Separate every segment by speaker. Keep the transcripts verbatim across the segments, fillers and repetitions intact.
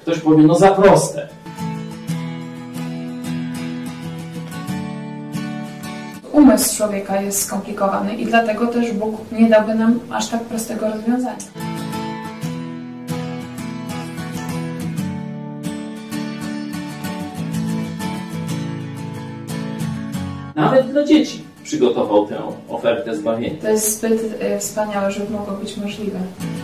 Speaker 1: Ktoś powie, no za proste.
Speaker 2: Umysł człowieka jest skomplikowany i dlatego też Bóg nie dałby nam aż tak prostego rozwiązania.
Speaker 1: Nawet dla dzieci przygotował tę ofertę zbawienia.
Speaker 2: To jest zbyt y, wspaniałe, żeby mogło być możliwe.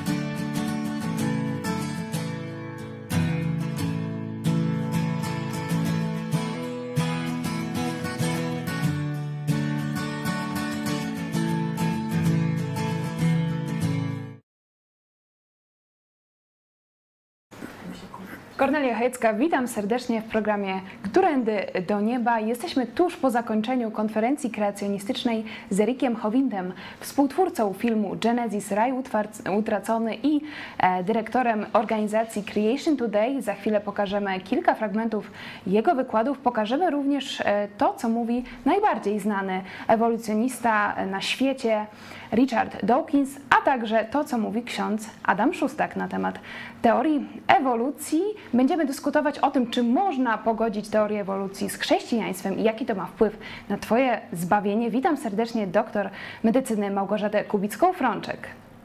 Speaker 3: Kornelia Chojecka, witam serdecznie w programie Którędy do Nieba. Jesteśmy tuż po zakończeniu konferencji kreacjonistycznej z Erikiem Howindem, współtwórcą filmu Genesis, Raj Utracony i e, dyrektorem organizacji Creation Today. Za chwilę pokażemy kilka fragmentów jego wykładów. Pokażemy również e, to, co mówi najbardziej znany ewolucjonista na świecie, Richard Dawkins, a także to, co mówi ksiądz Adam Szustak na temat teorii ewolucji. Będziemy dyskutować o tym, czy można pogodzić teorię ewolucji z chrześcijaństwem i jaki to ma wpływ na Twoje zbawienie. Witam serdecznie doktor medycyny Małgorzatę Kubicką-Frączek.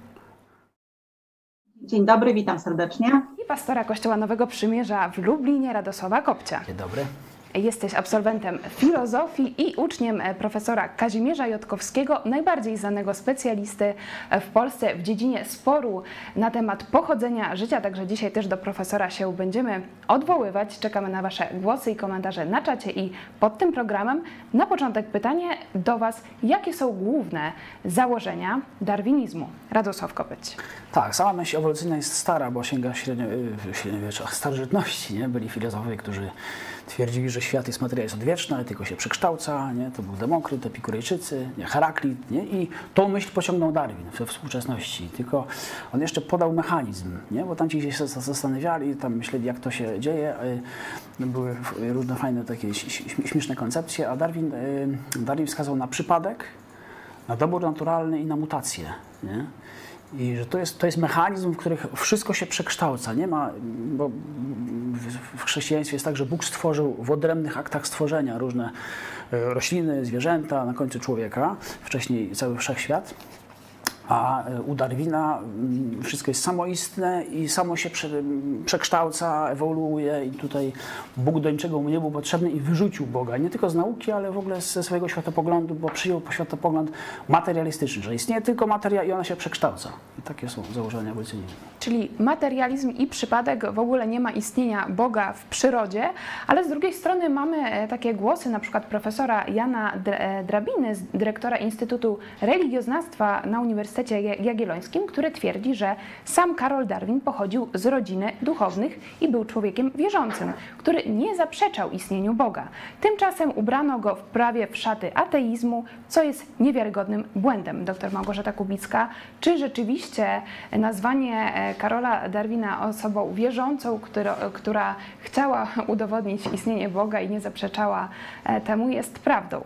Speaker 4: Dzień dobry, witam serdecznie.
Speaker 3: I pastora Kościoła Nowego Przymierza w Lublinie, Radosława Kopcia.
Speaker 5: Dzień dobry.
Speaker 3: Jesteś absolwentem filozofii i uczniem profesora Kazimierza Jotkowskiego, najbardziej znanego specjalisty w Polsce w dziedzinie sporu na temat pochodzenia życia. Także dzisiaj też do profesora się będziemy odwoływać. Czekamy na Wasze głosy i komentarze na czacie i pod tym programem. Na początek pytanie do Was. Jakie są główne założenia darwinizmu? Radosław Kopeć.
Speaker 5: Tak, sama myśl ewolucyjna jest stara, bo sięga średnio, średniowiecza, starożytności. Nie? Byli filozofowie, którzy twierdzili, że świat jest, materia jest odwieczna, tylko się przekształca. Nie? To był Demokryt, Epikurejczycy, nie? Heraklit. Nie? I tą myśl pociągnął Darwin we współczesności. Tylko on jeszcze podał mechanizm, nie? Bo tam ci się zastanawiali, tam myśleli, jak to się dzieje. Były różne fajne takie śmieszne koncepcje, a Darwin, Darwin wskazał na przypadek, na dobór naturalny i na mutację. Nie? I że to jest, to jest mechanizm, w którym wszystko się przekształca. Nie ma, bo w chrześcijaństwie jest tak, że Bóg stworzył w odrębnych aktach stworzenia różne rośliny, zwierzęta, na końcu człowieka, wcześniej cały wszechświat. A u Darwina wszystko jest samoistne i samo się prze, przekształca, ewoluuje i tutaj Bóg do niczego mu nie był potrzebny i wyrzucił Boga. Nie tylko z nauki, ale w ogóle ze swojego światopoglądu, bo przyjął światopogląd materialistyczny, że istnieje tylko materia i ona się przekształca. I takie są założenia ewolucyjne.
Speaker 3: Czyli materializm i przypadek, w ogóle nie ma istnienia Boga w przyrodzie, ale z drugiej strony mamy takie głosy, na przykład profesora Jana Drabiny, dyrektora Instytutu Religioznawstwa na Uniwersytecie Jagiellońskim, który twierdzi, że sam Karol Darwin pochodził z rodziny duchownych i był człowiekiem wierzącym, który nie zaprzeczał istnieniu Boga. Tymczasem ubrano go w prawie w szaty ateizmu, co jest niewiarygodnym błędem. Doktor Małgorzata Kubicka, czy rzeczywiście nazwanie Karola Darwina osobą wierzącą, która, która chciała udowodnić istnienie Boga i nie zaprzeczała temu, jest prawdą?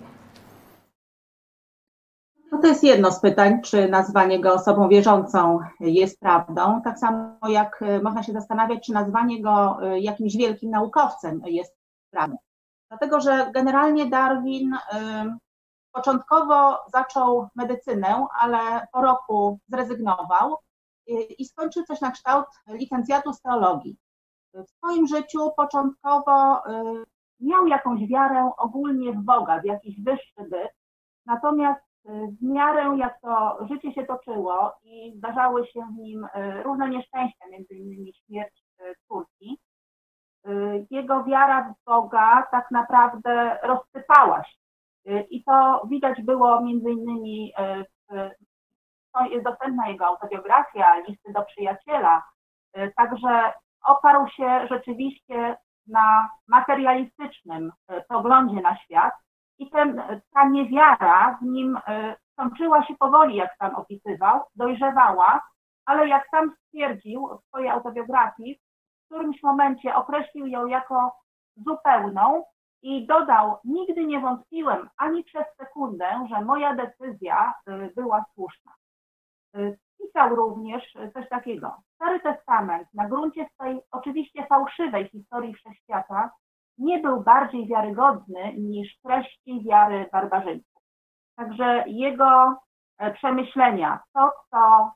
Speaker 4: No to jest jedno z pytań, czy nazwanie go osobą wierzącą jest prawdą. Tak samo jak można się zastanawiać, czy nazwanie go jakimś wielkim naukowcem jest prawdą. Dlatego, że generalnie Darwin y, początkowo zaczął medycynę, ale po roku zrezygnował y, i skończył coś na kształt licencjatu z teologii. W swoim życiu początkowo y, miał jakąś wiarę ogólnie w Boga, w jakiś wyższy byt, natomiast w miarę jak to życie się toczyło i zdarzały się w nim różne nieszczęścia, między innymi śmierć córki, jego wiara w Boga tak naprawdę rozsypała się. I to widać było między innymi, w, jest dostępna jego autobiografia, listy do przyjaciela, także oparł się rzeczywiście na materialistycznym poglądzie na świat. I ten, ta niewiara w nim skończyła się powoli, jak sam opisywał, dojrzewała, ale jak sam stwierdził w swojej autobiografii, w którymś momencie określił ją jako zupełną i dodał: nigdy nie wątpiłem ani przez sekundę, że moja decyzja była słuszna. napisał również coś takiego. Stary Testament na gruncie swej oczywiście fałszywej historii wszechświata nie był bardziej wiarygodny niż treści wiary barbarzyńców. Także jego przemyślenia, to co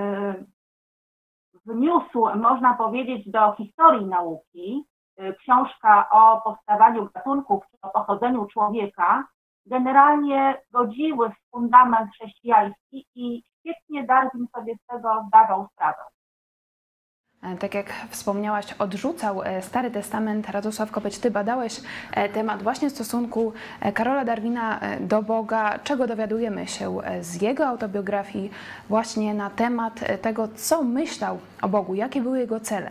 Speaker 4: wniósł, można powiedzieć, do historii nauki, książka o powstawaniu gatunków czy o pochodzeniu człowieka, generalnie godziły w fundament chrześcijański i świetnie Darwin sobie z tego zdawał sprawę.
Speaker 3: Tak jak wspomniałaś, odrzucał Stary Testament. Radosław Kopeć, ty badałeś temat właśnie stosunku Karola Darwina do Boga. Czego dowiadujemy się z jego autobiografii właśnie na temat tego, co myślał o Bogu, jakie były jego cele?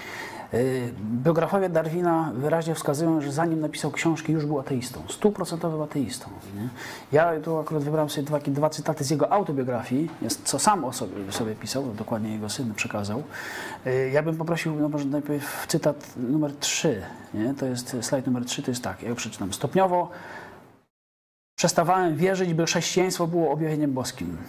Speaker 5: Biografowie Darwina wyraźnie wskazują, że zanim napisał książki, już był ateistą, stuprocentowym ateistą. Nie? Ja tu akurat wybrałem sobie dwa, dwa cytaty z jego autobiografii, co sam o sobie, sobie pisał, dokładnie jego syn przekazał. Ja bym poprosił, no może najpierw cytat numer trzy, nie? To jest slajd numer trzy, to jest tak, ja go przeczytam. Stopniowo przestawałem wierzyć, by chrześcijaństwo było objawieniem boskim.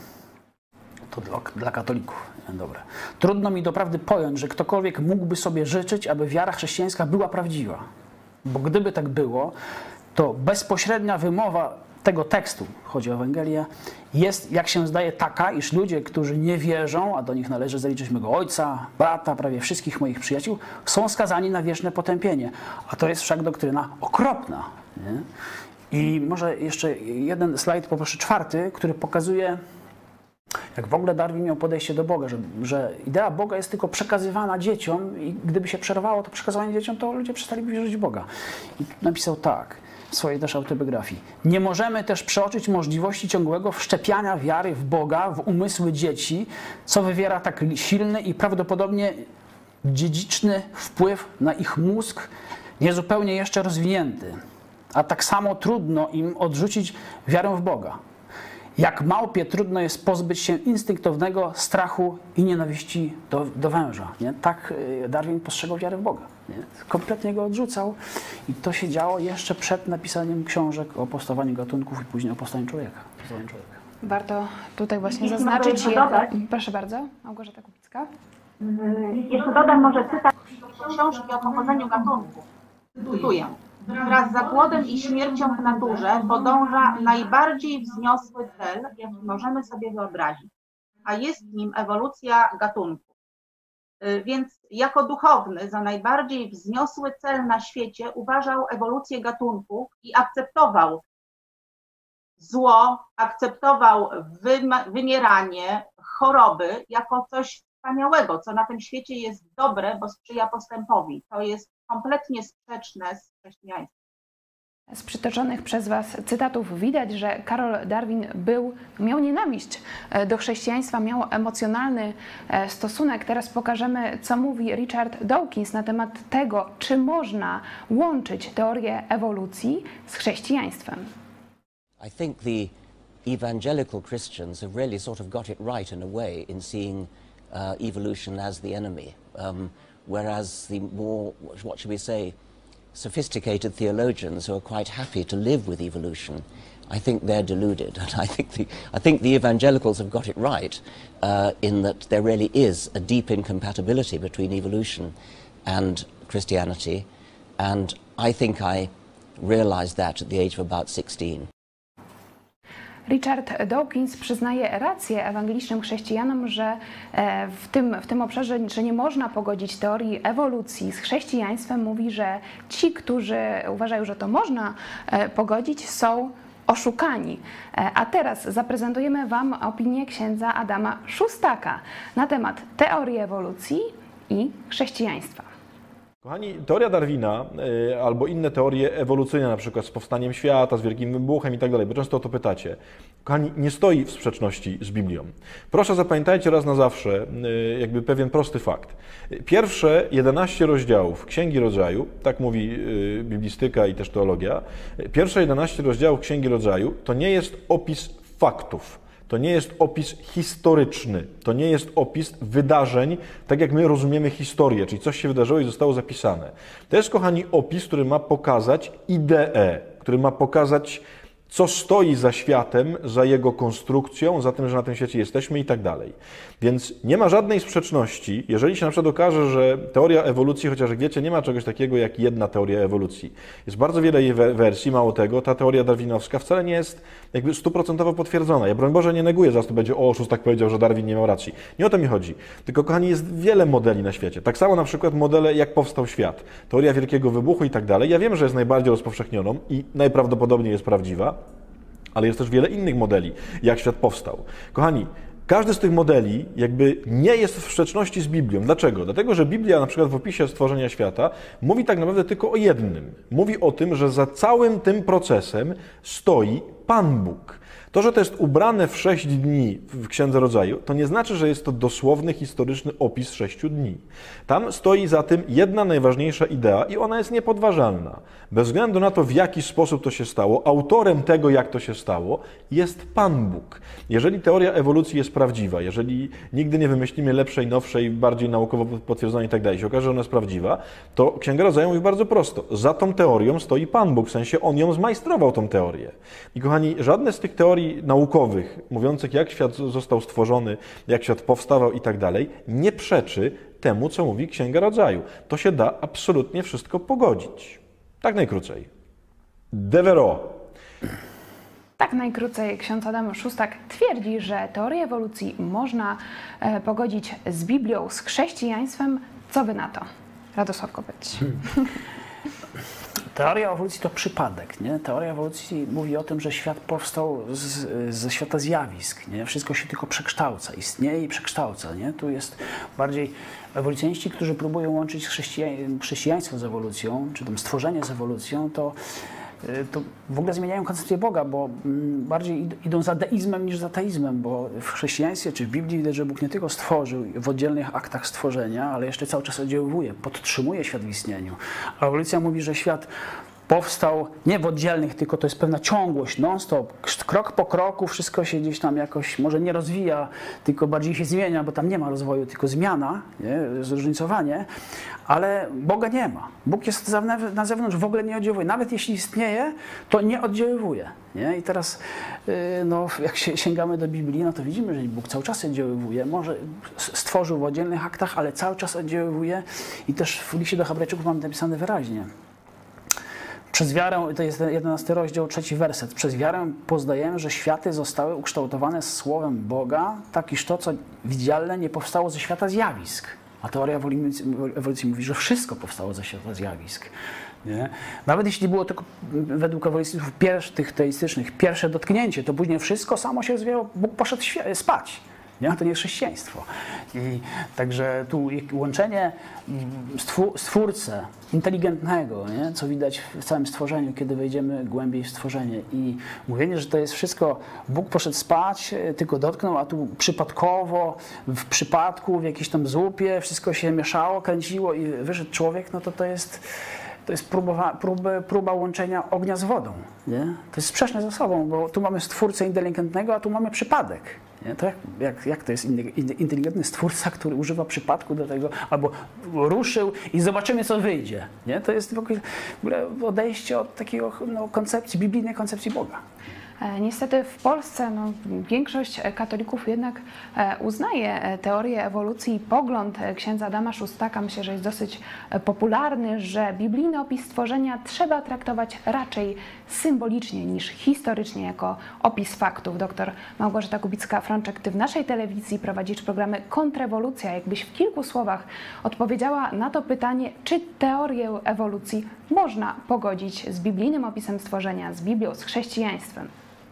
Speaker 5: To dla, dla katolików. Dobra. Trudno mi doprawdy pojąć, że ktokolwiek mógłby sobie życzyć, aby wiara chrześcijańska była prawdziwa. Bo gdyby tak było, to bezpośrednia wymowa tego tekstu, chodzi o Ewangelię, jest, jak się zdaje, taka, iż ludzie, którzy nie wierzą, a do nich należy zaliczyć mego ojca, brata, prawie wszystkich moich przyjaciół, są skazani na wieczne potępienie. A to jest wszak doktryna okropna. Nie? I może jeszcze jeden slajd, poproszę czwarty, który pokazuje, jak w ogóle Darwin miał podejście do Boga, że, że idea Boga jest tylko przekazywana dzieciom i gdyby się przerwało to przekazywanie dzieciom, to ludzie przestaliby wierzyć w Boga. I napisał tak w swojej też autobiografii. Nie możemy też przeoczyć możliwości ciągłego wszczepiania wiary w Boga w umysły dzieci, co wywiera tak silny i prawdopodobnie dziedziczny wpływ na ich mózg, niezupełnie jeszcze rozwinięty. A tak samo trudno im odrzucić wiarę w Boga. Jak małpie trudno jest pozbyć się instynktownego strachu i nienawiści do, do węża. Nie? Tak Darwin postrzegał wiarę w Boga. Nie? Kompletnie go odrzucał i to się działo jeszcze przed napisaniem książek o powstawaniu gatunków i później o powstaniu człowieka. człowieka.
Speaker 3: Warto tutaj właśnie
Speaker 4: Jeśli
Speaker 3: zaznaczyć...
Speaker 4: mogę jeszcze dodać,
Speaker 3: proszę bardzo, Małgorzata Kubicka.
Speaker 4: Jeszcze dodam może cytat książki o pochodzeniu gatunków. Cytuję. Wraz z zapłodem i śmiercią w naturze podąża najbardziej wzniosły cel, jaki możemy sobie wyobrazić, a jest nim ewolucja gatunku. Więc jako duchowny za najbardziej wzniosły cel na świecie uważał ewolucję gatunków i akceptował zło, akceptował wymieranie, choroby jako coś wspaniałego, co na tym świecie jest dobre, bo sprzyja postępowi. To jest kompletnie sprzeczne z chrześcijaństwem.
Speaker 3: Z przytoczonych przez Was cytatów widać, że Karol Darwin był, miał nienawiść do chrześcijaństwa, miał emocjonalny stosunek. Teraz pokażemy, co mówi Richard Dawkins na temat tego, czy można łączyć teorię ewolucji z chrześcijaństwem.
Speaker 6: I think the evangelical Christians have really sort of got it right in a way in seeing uh, evolution as the enemy, um, whereas the more, what should we say, sophisticated theologians who are quite happy to live with evolution, I think they're deluded. And I think the, I think the evangelicals have got it right uh, in that there really is a deep incompatibility between evolution and Christianity, and I think I realized that at the age of about sixteen.
Speaker 3: Richard Dawkins przyznaje rację ewangelicznym chrześcijanom, że w tym, w tym obszarze, że nie można pogodzić teorii ewolucji z chrześcijaństwem. Mówi, że ci, którzy uważają, że to można pogodzić, są oszukani. A teraz zaprezentujemy Wam opinię księdza Adama Szustaka na temat teorii ewolucji i chrześcijaństwa.
Speaker 7: Kochani, teoria Darwina y, albo inne teorie ewolucyjne, na przykład z powstaniem świata, z wielkim wybuchem i tak dalej, bo często o to pytacie, kochani, nie stoi w sprzeczności z Biblią. Proszę zapamiętajcie raz na zawsze y, jakby pewien prosty fakt. Pierwsze jedenaście rozdziałów Księgi Rodzaju, tak mówi y, biblistyka i też teologia, pierwsze jedenaście rozdziałów Księgi Rodzaju to nie jest opis faktów. To nie jest opis historyczny, to nie jest opis wydarzeń, tak jak my rozumiemy historię, czyli coś się wydarzyło i zostało zapisane. To jest, kochani, opis, który ma pokazać ideę, który ma pokazać co stoi za światem, za jego konstrukcją, za tym, że na tym świecie jesteśmy i tak dalej. Więc nie ma żadnej sprzeczności, jeżeli się na przykład okaże, że teoria ewolucji, chociaż jak wiecie, nie ma czegoś takiego jak jedna teoria ewolucji. Jest bardzo wiele jej wersji, mało tego, ta teoria darwinowska wcale nie jest jakby stuprocentowo potwierdzona. Ja broń Boże nie neguję, zaraz to będzie, o, szóstak powiedział, że Darwin nie miał racji. Nie o to mi chodzi. Tylko, kochani, jest wiele modeli na świecie. Tak samo na przykład modele, jak powstał świat. Teoria wielkiego wybuchu i tak dalej. Ja wiem, że jest najbardziej rozpowszechnioną i najprawdopodobniej jest prawdziwa, ale jest też wiele innych modeli, jak świat powstał. Kochani, każdy z tych modeli jakby nie jest w sprzeczności z Biblią. Dlaczego? Dlatego, że Biblia na przykład w opisie stworzenia świata mówi tak naprawdę tylko o jednym. Mówi o tym, że za całym tym procesem stoi Pan Bóg. To, że to jest ubrane w sześć dni w Księdze Rodzaju, to nie znaczy, że jest to dosłowny, historyczny opis sześciu dni. Tam stoi za tym jedna najważniejsza idea i ona jest niepodważalna. Bez względu na to, w jaki sposób to się stało, autorem tego, jak to się stało, jest Pan Bóg. Jeżeli teoria ewolucji jest prawdziwa, jeżeli nigdy nie wymyślimy lepszej, nowszej, bardziej naukowo potwierdzonej i tak dalej, się okaże, że ona jest prawdziwa, to Księga Rodzaju mówi bardzo prosto. Za tą teorią stoi Pan Bóg, w sensie On ją zmajstrował, tą teorię. I kochani, żadne z tych teorii naukowych, mówiących, jak świat został stworzony, jak świat powstawał i tak dalej, nie przeczy temu, co mówi Księga Rodzaju. To się da absolutnie wszystko pogodzić. Tak najkrócej. Devereaux.
Speaker 3: Tak najkrócej ksiądz Adam Szóstak twierdzi, że teorię ewolucji można e, pogodzić z Biblią, z chrześcijaństwem. Co wy na to? Radosław Kopeć. Hmm.
Speaker 5: Teoria ewolucji to przypadek, nie? Teoria ewolucji mówi o tym, że świat powstał z, ze świata zjawisk, nie? Wszystko się tylko przekształca, istnieje i przekształca, nie? Tu jest bardziej ewolucjoniści, którzy próbują łączyć chrześcijań, chrześcijaństwo z ewolucją, czy tam stworzenie z ewolucją, to to w ogóle zmieniają koncepcję Boga, bo bardziej idą za deizmem niż za teizmem, bo w chrześcijaństwie czy w Biblii widać, że Bóg nie tylko stworzył w oddzielnych aktach stworzenia, ale jeszcze cały czas oddziałuje, podtrzymuje świat w istnieniu. A ewolucja mówi, że świat powstał nie w oddzielnych, tylko to jest pewna ciągłość, non-stop, krok po kroku, wszystko się gdzieś tam jakoś może nie rozwija, tylko bardziej się zmienia, bo tam nie ma rozwoju, tylko zmiana, nie? Zróżnicowanie, ale Boga nie ma. Bóg jest na zewnątrz, w ogóle nie oddziałuje. Nawet jeśli istnieje, to nie oddziałuje. Nie? I teraz no, jak się sięgamy do Biblii, no to widzimy, że Bóg cały czas oddziaływuje. Może stworzył w oddzielnych aktach, ale cały czas oddziaływuje i też w liście do Hebrajczyków mamy napisane wyraźnie. Przez wiarę, to jest jedenasty rozdział, trzeci werset. Przez wiarę poznajemy, że światy zostały ukształtowane słowem Boga, tak iż to, co widzialne, nie powstało ze świata zjawisk. A teoria ewolucji, ewolucji mówi, że wszystko powstało ze świata zjawisk. Nie? Nawet jeśli było tylko według ewolucjonistów pierwszych, tych teistycznych pierwsze dotknięcie, to później wszystko samo się rozwijało, Bóg poszedł spać. Nie? To nie jest chrześcijaństwo. I także tu łączenie stwórcę inteligentnego, nie? Co widać w całym stworzeniu, kiedy wejdziemy głębiej w stworzenie, i mówienie, że to jest wszystko, Bóg poszedł spać, tylko dotknął, a tu przypadkowo, w przypadku, w jakiejś tam zupie, wszystko się mieszało, kręciło i wyszedł człowiek, no to to jest... To jest próba, próba, próba łączenia ognia z wodą. Nie? To jest sprzeczne ze sobą, bo tu mamy stwórcę inteligentnego, a tu mamy przypadek. Nie? To jak, jak, jak to jest inteligentny stwórca, który używa przypadku do tego, albo ruszył i zobaczymy, co wyjdzie. Nie? To jest w ogóle odejście od takiego no, koncepcji, biblijnej koncepcji Boga.
Speaker 3: Niestety w Polsce no, większość katolików jednak uznaje teorię ewolucji i pogląd księdza Adama Szóstaka, myślę, że jest dosyć popularny, że biblijny opis stworzenia trzeba traktować raczej symbolicznie niż historycznie jako opis faktów. Doktor Małgorzata Kubicka-Frączek, ty w naszej telewizji prowadzisz programy Kontrrewolucja. Jakbyś w kilku słowach odpowiedziała na to pytanie, czy teorię ewolucji można pogodzić z biblijnym opisem stworzenia, z Biblią, z chrześcijaństwem?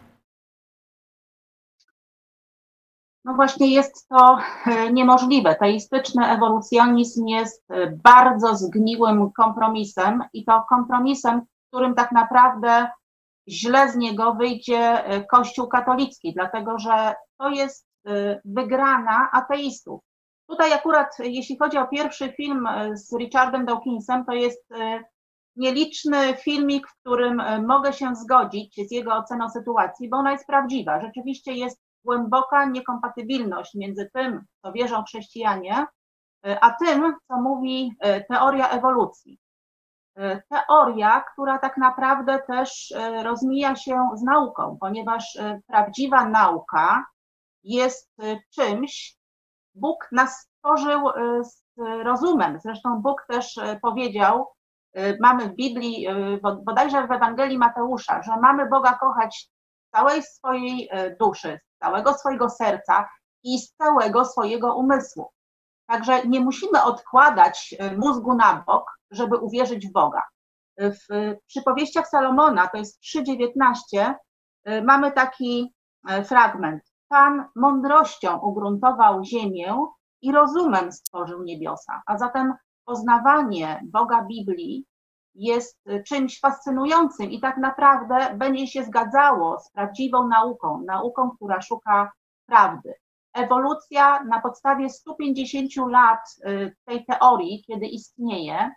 Speaker 4: No właśnie jest to niemożliwe. Teistyczny ewolucjonizm jest bardzo zgniłym kompromisem i to kompromisem, w którym tak naprawdę źle z niego wyjdzie Kościół katolicki, dlatego że to jest wygrana ateistów. Tutaj akurat, jeśli chodzi o pierwszy film z Richardem Dawkinsem, to jest nieliczny filmik, w którym mogę się zgodzić z jego oceną sytuacji, bo ona jest prawdziwa. Rzeczywiście jest głęboka niekompatybilność między tym, co wierzą chrześcijanie, a tym, co mówi teoria ewolucji. teoria, która tak naprawdę też rozmija się z nauką, ponieważ prawdziwa nauka jest czymś, Bóg nas stworzył z rozumem. Zresztą Bóg też powiedział, mamy w Biblii, bodajże w Ewangelii Mateusza, że mamy Boga kochać z całej swojej duszy, z całego swojego serca i z całego swojego umysłu. Także nie musimy odkładać mózgu na bok, żeby uwierzyć w Boga. W przypowieściach Salomona, to jest trzy dziewiętnaście, mamy taki fragment. Pan mądrością ugruntował ziemię i rozumem stworzył niebiosa. A zatem poznawanie Boga Biblii jest czymś fascynującym i tak naprawdę będzie się zgadzało z prawdziwą nauką, nauką, która szuka prawdy. Ewolucja na podstawie stu pięćdziesięciu lat tej teorii, kiedy istnieje,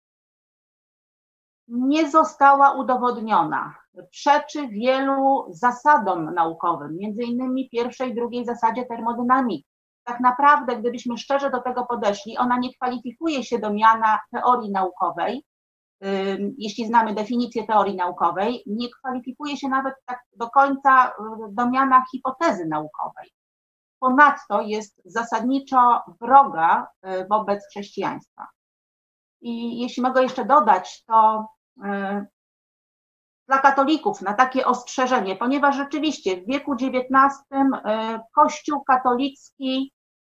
Speaker 4: nie została udowodniona. Przeczy wielu zasadom naukowym, między innymi pierwszej i drugiej zasadzie termodynamiki. Tak naprawdę, gdybyśmy szczerze do tego podeszli, ona nie kwalifikuje się do miana teorii naukowej, jeśli znamy definicję teorii naukowej, nie kwalifikuje się nawet tak do końca do miana hipotezy naukowej. Ponadto jest zasadniczo wroga wobec chrześcijaństwa. I jeśli mogę jeszcze dodać, to dla katolików na takie ostrzeżenie, ponieważ rzeczywiście w wieku dziewiętnastym Kościół katolicki,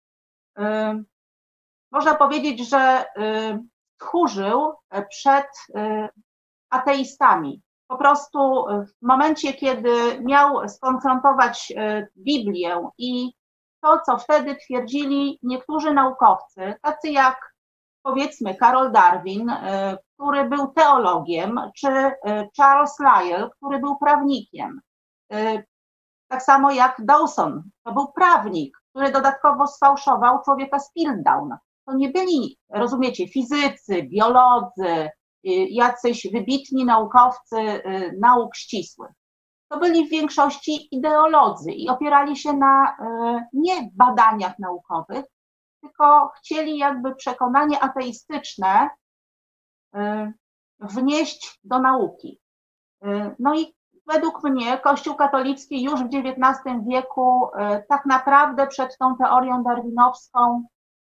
Speaker 4: można powiedzieć, że tchórzył przed ateistami. Po prostu w momencie, kiedy miał skonfrontować Biblię i to, co wtedy twierdzili niektórzy naukowcy, tacy jak powiedzmy Karol Darwin, który był teologiem, czy Charles Lyell, który był prawnikiem. Tak samo jak Dawson, to był prawnik, który dodatkowo sfałszował człowieka z Piltdown. To nie byli, rozumiecie, fizycy, biolodzy, jacyś wybitni naukowcy nauk ścisłych. To byli w większości ideolodzy i opierali się na nie badaniach naukowych, tylko chcieli jakby przekonanie ateistyczne wnieść do nauki. No i według mnie Kościół katolicki już w dziewiętnastym wieku tak naprawdę przed tą teorią darwinowską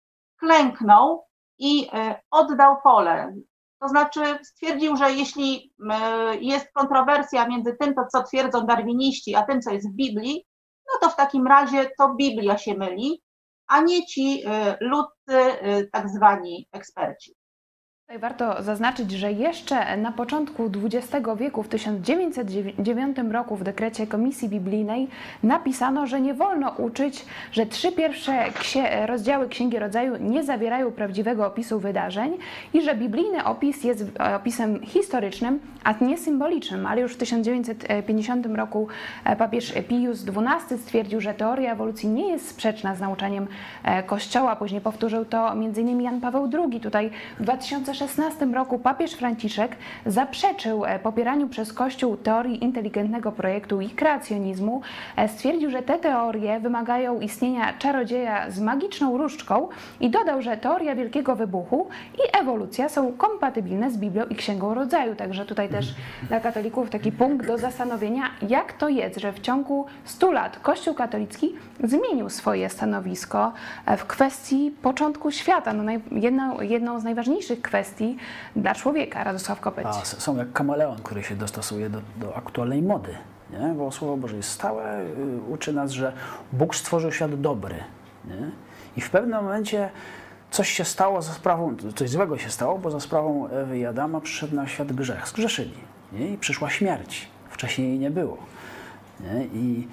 Speaker 4: klęknął i oddał pole. To znaczy stwierdził, że jeśli jest kontrowersja między tym, to co twierdzą darwiniści, a tym, co jest w Biblii, no to w takim razie to Biblia się myli, a nie ci ludcy, tak zwani eksperci.
Speaker 3: Tutaj warto zaznaczyć, że jeszcze na początku dwudziestego wieku, w tysiąc dziewięćset dziewiątym roku w dekrecie Komisji Biblijnej napisano, że nie wolno uczyć, że trzy pierwsze rozdziały Księgi Rodzaju nie zawierają prawdziwego opisu wydarzeń i że biblijny opis jest opisem historycznym, a nie symbolicznym. Ale już w tysiąc dziewięćset pięćdziesiątym roku papież Pius dwunasty stwierdził, że teoria ewolucji nie jest sprzeczna z nauczaniem Kościoła. Później powtórzył to między innymi Jan Paweł drugi. Tutaj w dwa tysiące szesnastym roku papież Franciszek zaprzeczył popieraniu przez Kościół teorii inteligentnego projektu i kreacjonizmu. Stwierdził, że te teorie wymagają istnienia czarodzieja z magiczną różdżką i dodał, że teoria Wielkiego Wybuchu i ewolucja są kompatybilne z Biblią i Księgą Rodzaju. Także tutaj też dla katolików taki punkt do zastanowienia, jak to jest, że w ciągu stu lat Kościół katolicki zmienił swoje stanowisko w kwestii początku świata. No, jedną, jedną z najważniejszych kwestii dla człowieka. Radosław Kopeć.
Speaker 5: A, są jak kameleon, który się dostosuje do, do aktualnej mody. Nie? Bo Słowo Boże jest stałe, y, uczy nas, że Bóg stworzył świat dobry. Nie? I w pewnym momencie coś się stało za sprawą, coś złego się stało, bo za sprawą Ewy i Adama przyszedł na świat grzech. Zgrzeszyli. Nie? I przyszła śmierć. Wcześniej jej nie było. Nie? I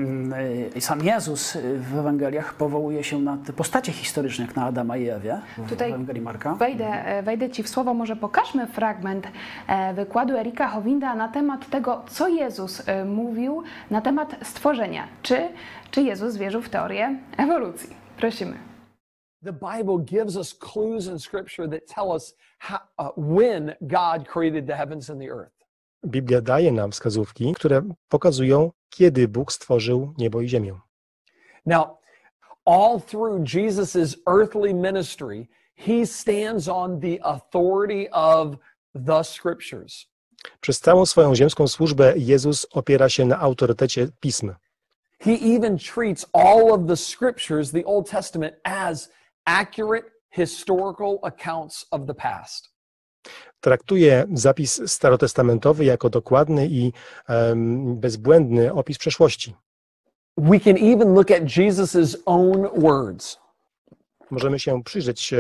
Speaker 5: I sam Jezus w Ewangeliach powołuje się na te postacie historyczne, jak na Adama i Ewie w
Speaker 3: Tutaj
Speaker 5: Ewangelii Marka.
Speaker 3: Wejdę, wejdę Ci w słowo, może pokażmy fragment wykładu Erika Howinda na temat tego, co Jezus mówił na temat stworzenia. Czy, czy Jezus wierzył w teorię ewolucji? Prosimy.
Speaker 8: The Bible gives us clues in Scripture that tell us how, uh, when God created the heavens and the earth.
Speaker 9: Biblia daje nam wskazówki, które pokazują, kiedy Bóg stworzył niebo i ziemię.
Speaker 8: Now, all through Jesus's earthly ministry, he stands on the authority of the Scriptures.
Speaker 9: Przez całą swoją ziemską służbę Jezus opiera się na autorytecie Pism.
Speaker 8: He even treats all of the Scriptures, the Old Testament, as accurate historical accounts of the past.
Speaker 9: Traktuje zapis starotestamentowy jako dokładny i um, bezbłędny opis przeszłości.
Speaker 8: We can even look at Jesus's own words.
Speaker 9: Możemy się przyjrzeć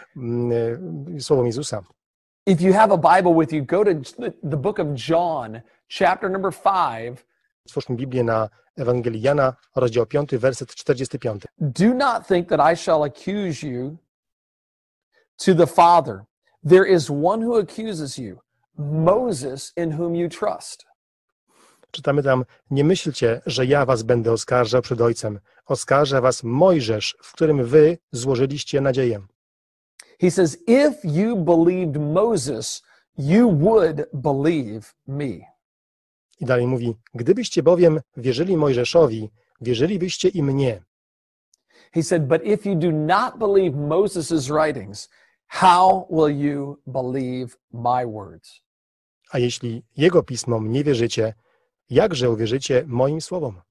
Speaker 9: um, słowom Jezusa.
Speaker 8: If you have a Bible with you, go to the book of John, chapter number five.
Speaker 9: Otwórzmy Biblię na Ewangelii Jana, rozdział piąty, werset czterdziesty piąty.
Speaker 8: Do not think that I shall accuse you to the Father. There is one who accuses you, Moses, in whom you trust.
Speaker 9: Czytamy tam: nie myślcie, że ja was będę oskarżał przed Ojcem. Oskarża was Mojżesz, w którym wy złożyliście nadzieję.
Speaker 8: He says, if you believed Moses, you would believe me.
Speaker 9: I dalej mówi: gdybyście bowiem wierzyli Mojżeszowi, wierzylibyście i mnie.
Speaker 8: He said, but if you do not believe Moses' writings, how will you believe my words?
Speaker 9: A jeśli jego pismom nie wierzycie, jakże uwierzycie moim słowom?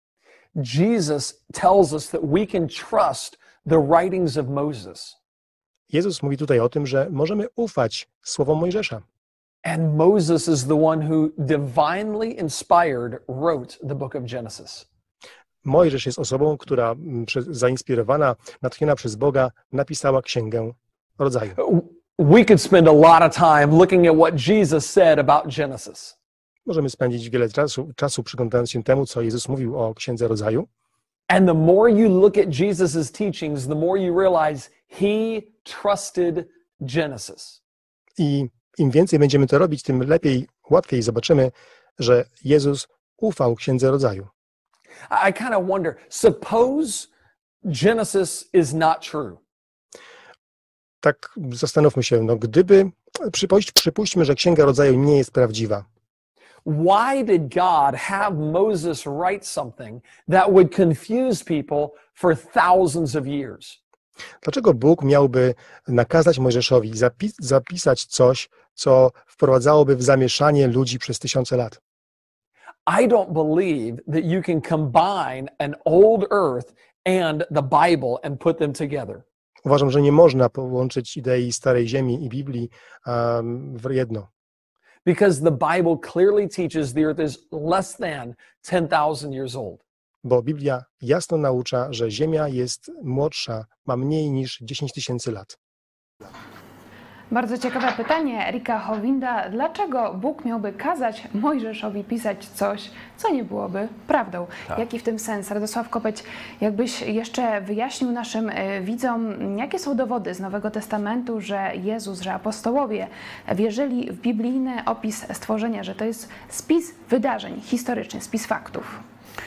Speaker 8: Jesus tells us that we can trust the writings of Moses.
Speaker 9: Jezus mówi tutaj o tym, że możemy ufać słowom Mojżesza.
Speaker 8: And Moses is the one who divinely inspired wrote the book of Genesis.
Speaker 9: Mojżesz jest osobą, która zainspirowana, natchniona przez Boga, napisała Księgę Rodzaju.
Speaker 8: We could spend a lot of time looking at what Jesus said about Genesis.
Speaker 9: Możemy spędzić wiele czasu, czasu przyglądając się temu, co Jezus mówił o Księdze Rodzaju.
Speaker 8: And the more you look at Jesus's teachings, the more you realize he trusted Genesis.
Speaker 9: I im więcej będziemy to robić, tym lepiej, łatwiej zobaczymy, że Jezus ufał Księdze Rodzaju.
Speaker 8: I kind of wonder, suppose Genesis is not true.
Speaker 9: Tak zastanówmy się, no gdyby, przypuść, przypuśćmy, że Księga Rodzaju nie jest prawdziwa.
Speaker 8: Why did God have Moses write something that would confuse people for thousands of years?
Speaker 9: Dlaczego Bóg miałby nakazać Mojżeszowi zapis- zapisać coś, co wprowadzałoby w zamieszanie ludzi przez tysiące lat?
Speaker 8: I don't believe that you can combine an old earth and the Bible and put them together.
Speaker 9: Uważam, że nie można połączyć idei Starej Ziemi i Biblii um, w jedno.
Speaker 8: Because the Bible clearly teaches the earth is less than ten thousand years old.
Speaker 9: Bo Biblia jasno naucza, że Ziemia jest młodsza, ma mniej niż dziesięć tysięcy lat.
Speaker 3: Bardzo ciekawe pytanie Erika Howinda. Dlaczego Bóg miałby kazać Mojżeszowi pisać coś, co nie byłoby prawdą? Tak. Jaki w tym sens? Radosław Kopeć, jakbyś jeszcze wyjaśnił naszym widzom, jakie są dowody z Nowego Testamentu, że Jezus, że apostołowie wierzyli w biblijny opis stworzenia, że to jest spis wydarzeń historycznych, spis faktów?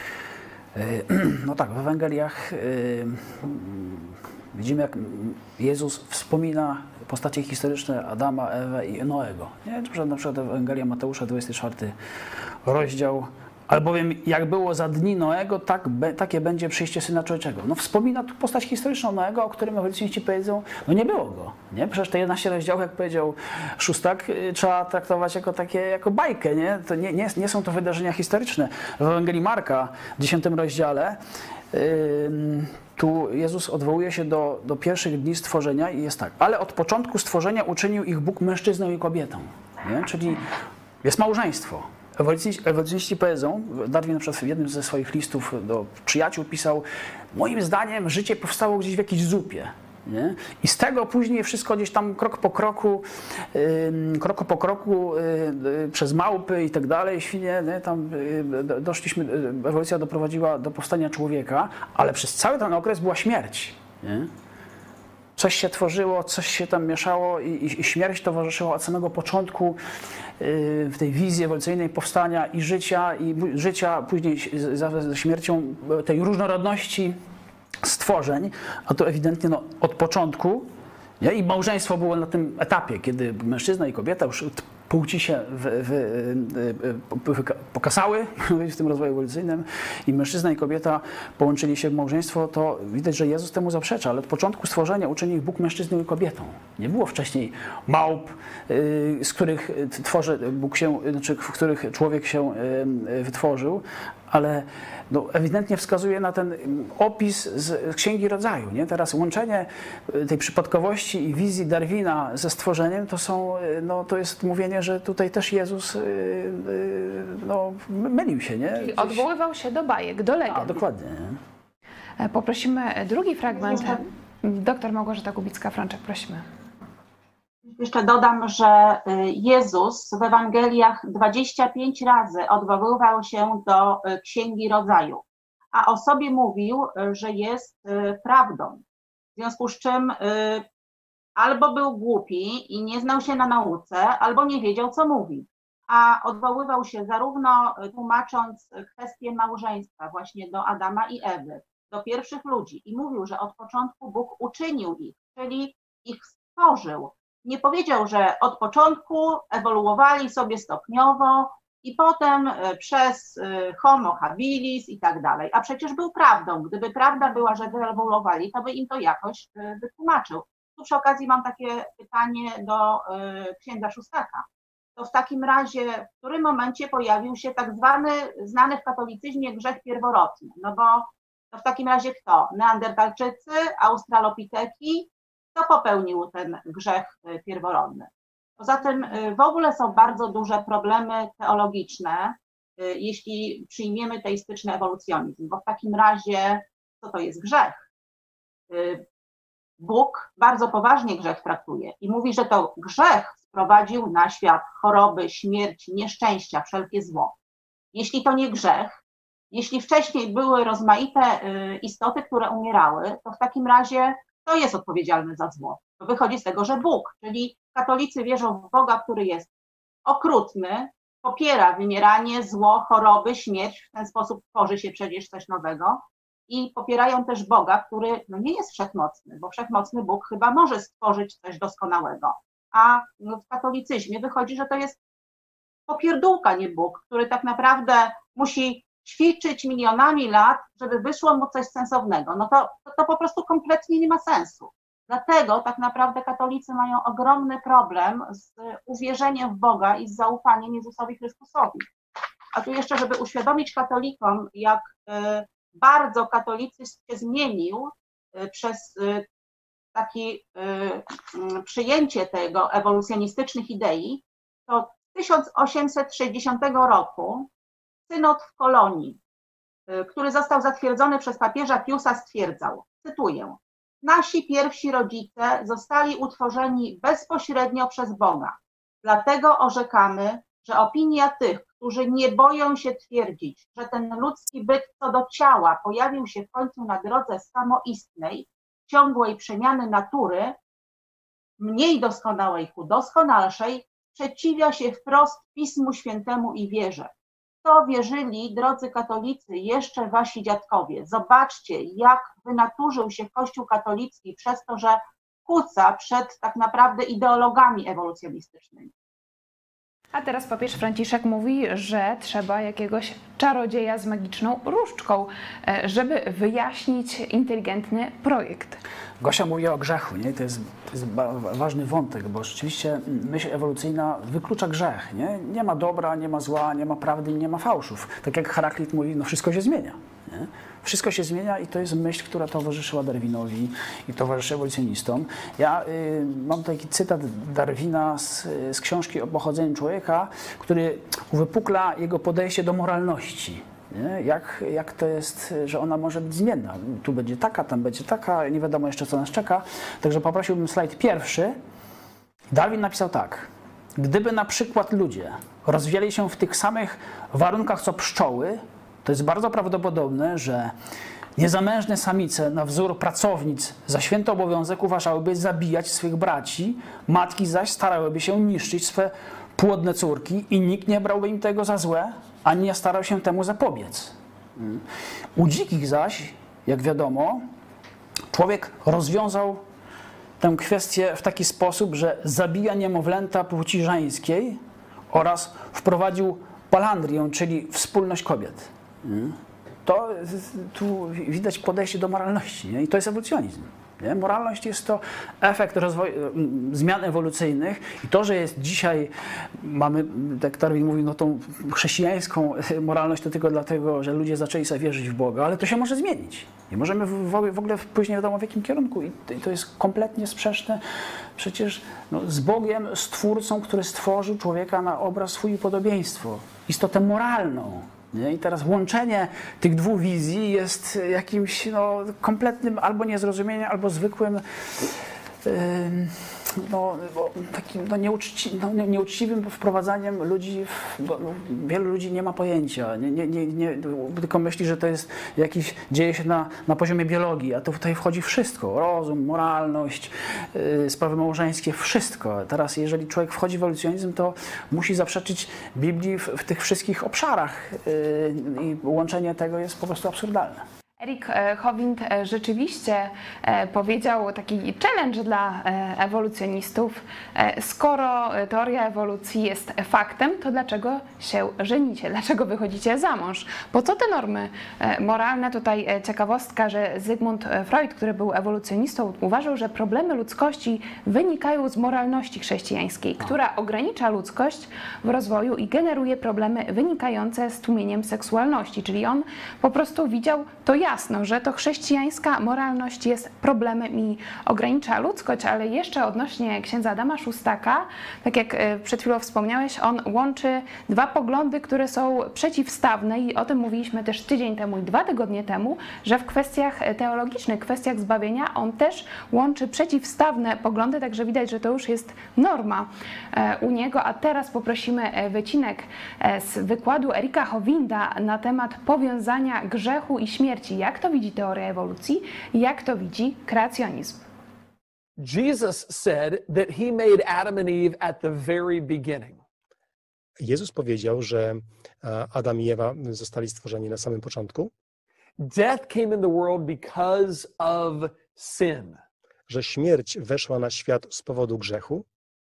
Speaker 5: No tak, w Ewangeliach yy, widzimy, jak Jezus wspomina postacie historyczne Adama, Ewę i Noego. Nie? Na przykład Ewangelia Mateusza, dwudziesty czwarty rozdział. Albowiem jak było za dni Noego, tak be, takie będzie przyjście Syna Człowieczego. No wspomina tu postać historyczną Noego, o którym ewolucjoniści powiedzą, no nie było go. Nie? Przecież te jedenaście rozdziałów, jak powiedział Szóstak, trzeba traktować jako takie, jako bajkę. Nie? To nie, nie, nie są to wydarzenia historyczne. W Ewangelii Marka, w dziesiątym rozdziale, yy, tu Jezus odwołuje się do, do pierwszych dni stworzenia i jest tak. Ale od początku stworzenia uczynił ich Bóg mężczyzną i kobietą. Nie? Czyli jest małżeństwo. Ewolucjoniści powiedzą, Darwin na przykład w jednym ze swoich listów do przyjaciół pisał, moim zdaniem życie powstało gdzieś w jakiejś zupie. Nie? I z tego później wszystko gdzieś tam krok po kroku, yy, krok po kroku yy, przez małpy i tak dalej, świnie, nie? Tam yy, doszliśmy, yy, ewolucja doprowadziła do powstania człowieka, ale przez cały ten okres była śmierć. Nie? Coś się tworzyło, coś się tam mieszało i, i śmierć towarzyszyła od samego początku yy, w tej wizji ewolucyjnej powstania i życia, i życia, później ze śmiercią tej różnorodności stworzeń, a to ewidentnie no, od początku, nie? I małżeństwo było na tym etapie, kiedy mężczyzna i kobieta już płci się w, w, w, pokasały w tym rozwoju ewolucyjnym i mężczyzna i kobieta połączyli się w małżeństwo, to widać, że Jezus temu zaprzecza, ale od początku stworzenia uczynił ich Bóg mężczyzną i kobietą. Nie było wcześniej małp, z których tworzy Bóg się, znaczy w których człowiek się wytworzył, ale no, ewidentnie wskazuje na ten opis z Księgi Rodzaju. Nie? Teraz łączenie tej przypadkowości i wizji Darwina ze stworzeniem to, są, no, to jest mówienie, że tutaj też Jezus no, mylił się. Nie?
Speaker 3: Czyli odwoływał się do bajek, do legend.
Speaker 5: A, dokładnie. Nie?
Speaker 3: Poprosimy drugi fragment. Doktor Małgorzata Kubicka-Frączek, prosimy.
Speaker 4: Jeszcze dodam, że Jezus w Ewangeliach dwadzieścia pięć razy odwoływał się do Księgi Rodzaju, a o sobie mówił, że jest prawdą. W związku z czym albo był głupi i nie znał się na nauce, albo nie wiedział, co mówi. A odwoływał się zarówno tłumacząc kwestię małżeństwa właśnie do Adama i Ewy, do pierwszych ludzi i mówił, że od początku Bóg uczynił ich, czyli ich stworzył. Nie powiedział, że od początku ewoluowali sobie stopniowo i potem przez homo habilis i tak dalej. A przecież był prawdą. Gdyby prawda była, że wyewoluowali, to by im to jakoś wytłumaczył. Tu przy okazji mam takie pytanie do księdza Szustaka. To w takim razie w którym momencie pojawił się tak zwany, znany w katolicyzmie grzech pierworodny? No bo to w takim razie kto? Neandertalczycy, australopiteki? Kto popełnił ten grzech pierworodny? Poza tym w ogóle są bardzo duże problemy teologiczne, jeśli przyjmiemy teistyczny ewolucjonizm, bo w takim razie co to jest grzech? Bóg bardzo poważnie grzech traktuje i mówi, że to grzech sprowadził na świat choroby, śmierć, nieszczęścia, wszelkie zło. Jeśli to nie grzech, jeśli wcześniej były rozmaite istoty, które umierały, to w takim razie kto jest odpowiedzialny za zło? To wychodzi z tego, że Bóg, czyli katolicy wierzą w Boga, który jest okrutny, popiera wymieranie, zło, choroby, śmierć, w ten sposób tworzy się przecież coś nowego i popierają też Boga, który no nie jest wszechmocny, bo wszechmocny Bóg chyba może stworzyć coś doskonałego, a w katolicyzmie wychodzi, że to jest popierdółka, nie Bóg, który tak naprawdę musi ćwiczyć milionami lat, żeby wyszło mu coś sensownego. No to, to, to po prostu kompletnie nie ma sensu. Dlatego tak naprawdę katolicy mają ogromny problem z uwierzeniem w Boga i z zaufaniem Jezusowi Chrystusowi. A tu jeszcze, żeby uświadomić katolikom, jak bardzo katolicyzm się zmienił przez takie przyjęcie tego ewolucjonistycznych idei, to w tysiąc osiemset sześćdziesiątego roku synod w Kolonii, który został zatwierdzony przez papieża Piusa, stwierdzał, cytuję, nasi pierwsi rodzice zostali utworzeni bezpośrednio przez Boga. Dlatego orzekamy, że opinia tych, którzy nie boją się twierdzić, że ten ludzki byt co do ciała pojawił się w końcu na drodze samoistnej, ciągłej przemiany natury, mniej doskonałej ku doskonalszej, sprzeciwia się wprost Pismu Świętemu i wierze. To wierzyli, drodzy katolicy, jeszcze wasi dziadkowie. Zobaczcie, jak wynaturzył się Kościół katolicki przez to, że kuca przed tak naprawdę ideologami ewolucjonistycznymi.
Speaker 3: A teraz papież Franciszek mówi, że trzeba jakiegoś czarodzieja z magiczną różdżką, żeby wyjaśnić inteligentny projekt.
Speaker 5: Gosia mówiła o grzechu, nie? To jest, to jest ważny wątek, bo rzeczywiście myśl ewolucyjna wyklucza grzech. Nie? Nie ma dobra, nie ma zła, nie ma prawdy, nie ma fałszów. Tak jak Heraklit mówi, no wszystko się zmienia. Nie? Wszystko się zmienia i to jest myśl, która towarzyszyła Darwinowi i towarzyszy ewolucjonistom. Ja y, mam taki cytat Darwina z, z książki o pochodzeniu człowieka, który uwypukla jego podejście do moralności. Nie? Jak, jak to jest, że ona może być zmienna. Tu będzie taka, tam będzie taka, nie wiadomo jeszcze, co nas czeka. Także poprosiłbym slajd pierwszy. Darwin napisał tak. Gdyby na przykład ludzie rozwijali się w tych samych warunkach co pszczoły, to jest bardzo prawdopodobne, że niezamężne samice na wzór pracownic za święty obowiązek uważałyby zabijać swych braci, matki zaś starałyby się niszczyć swe płodne córki i nikt nie brałby im tego za złe, ani nie starał się temu zapobiec. U dzikich zaś, jak wiadomo, człowiek rozwiązał tę kwestię w taki sposób, że zabija niemowlęta płci żeńskiej, oraz wprowadził polandrię, czyli wspólność kobiet. To tu widać podejście do moralności, nie? I to jest ewolucjonizm. Nie? Moralność jest to efekt rozwoju, zmian ewolucyjnych i to, że jest dzisiaj, mamy, jak Darwin mówi, no tą chrześcijańską moralność to tylko dlatego, że ludzie zaczęli sobie wierzyć w Boga, ale to się może zmienić. Nie możemy w, w ogóle pójść nie wiadomo w jakim kierunku i to jest kompletnie sprzeczne przecież no, z Bogiem, z Twórcą, który stworzył człowieka na obraz swój i podobieństwo, istotę moralną. Nie? I teraz łączenie tych dwóch wizji jest jakimś no, kompletnym albo niezrozumieniem, albo zwykłym yy, no, takim no, nieuczci, no, nieuczciwym wprowadzaniem ludzi, w, bo no, wielu ludzi nie ma pojęcia, nie, nie, nie, nie, tylko myśli, że to jest jakiś, dzieje się na, na poziomie biologii, a to tutaj wchodzi wszystko, rozum, moralność, yy, sprawy małżeńskie, wszystko. Teraz jeżeli człowiek wchodzi w ewolucjonizm, to musi zaprzeczyć Biblii w, w tych wszystkich obszarach yy, i łączenie tego jest po prostu absurdalne.
Speaker 3: Erik Howind rzeczywiście powiedział taki challenge dla ewolucjonistów. Skoro teoria ewolucji jest faktem, to dlaczego się żenicie? Dlaczego wychodzicie za mąż? Po co te normy moralne? Tutaj ciekawostka, że Zygmunt Freud, który był ewolucjonistą, uważał, że problemy ludzkości wynikają z moralności chrześcijańskiej, która ogranicza ludzkość w rozwoju i generuje problemy wynikające z tłumieniem seksualności. Czyli on po prostu widział to jasno, że to chrześcijańska moralność jest problemem i ogranicza ludzkość, ale jeszcze odnośnie księdza Adama Szóstaka, tak jak przed chwilą wspomniałeś, on łączy dwa poglądy, które są przeciwstawne i o tym mówiliśmy też tydzień temu i dwa tygodnie temu, że w kwestiach teologicznych, kwestiach zbawienia on też łączy przeciwstawne poglądy, także widać, że to już jest norma u niego, a teraz poprosimy wycinek z wykładu Erika Howinda na temat powiązania grzechu i śmierci. Jak to widzi teoria ewolucji? Jak to widzi kreacjonizm?
Speaker 8: Jesus said that he made Adam and Eve at the very beginning.
Speaker 9: Jezus powiedział, że Adam i Ewa zostali stworzeni na samym początku.
Speaker 8: Death came in the world because of sin.
Speaker 9: Że śmierć weszła na świat z powodu grzechu.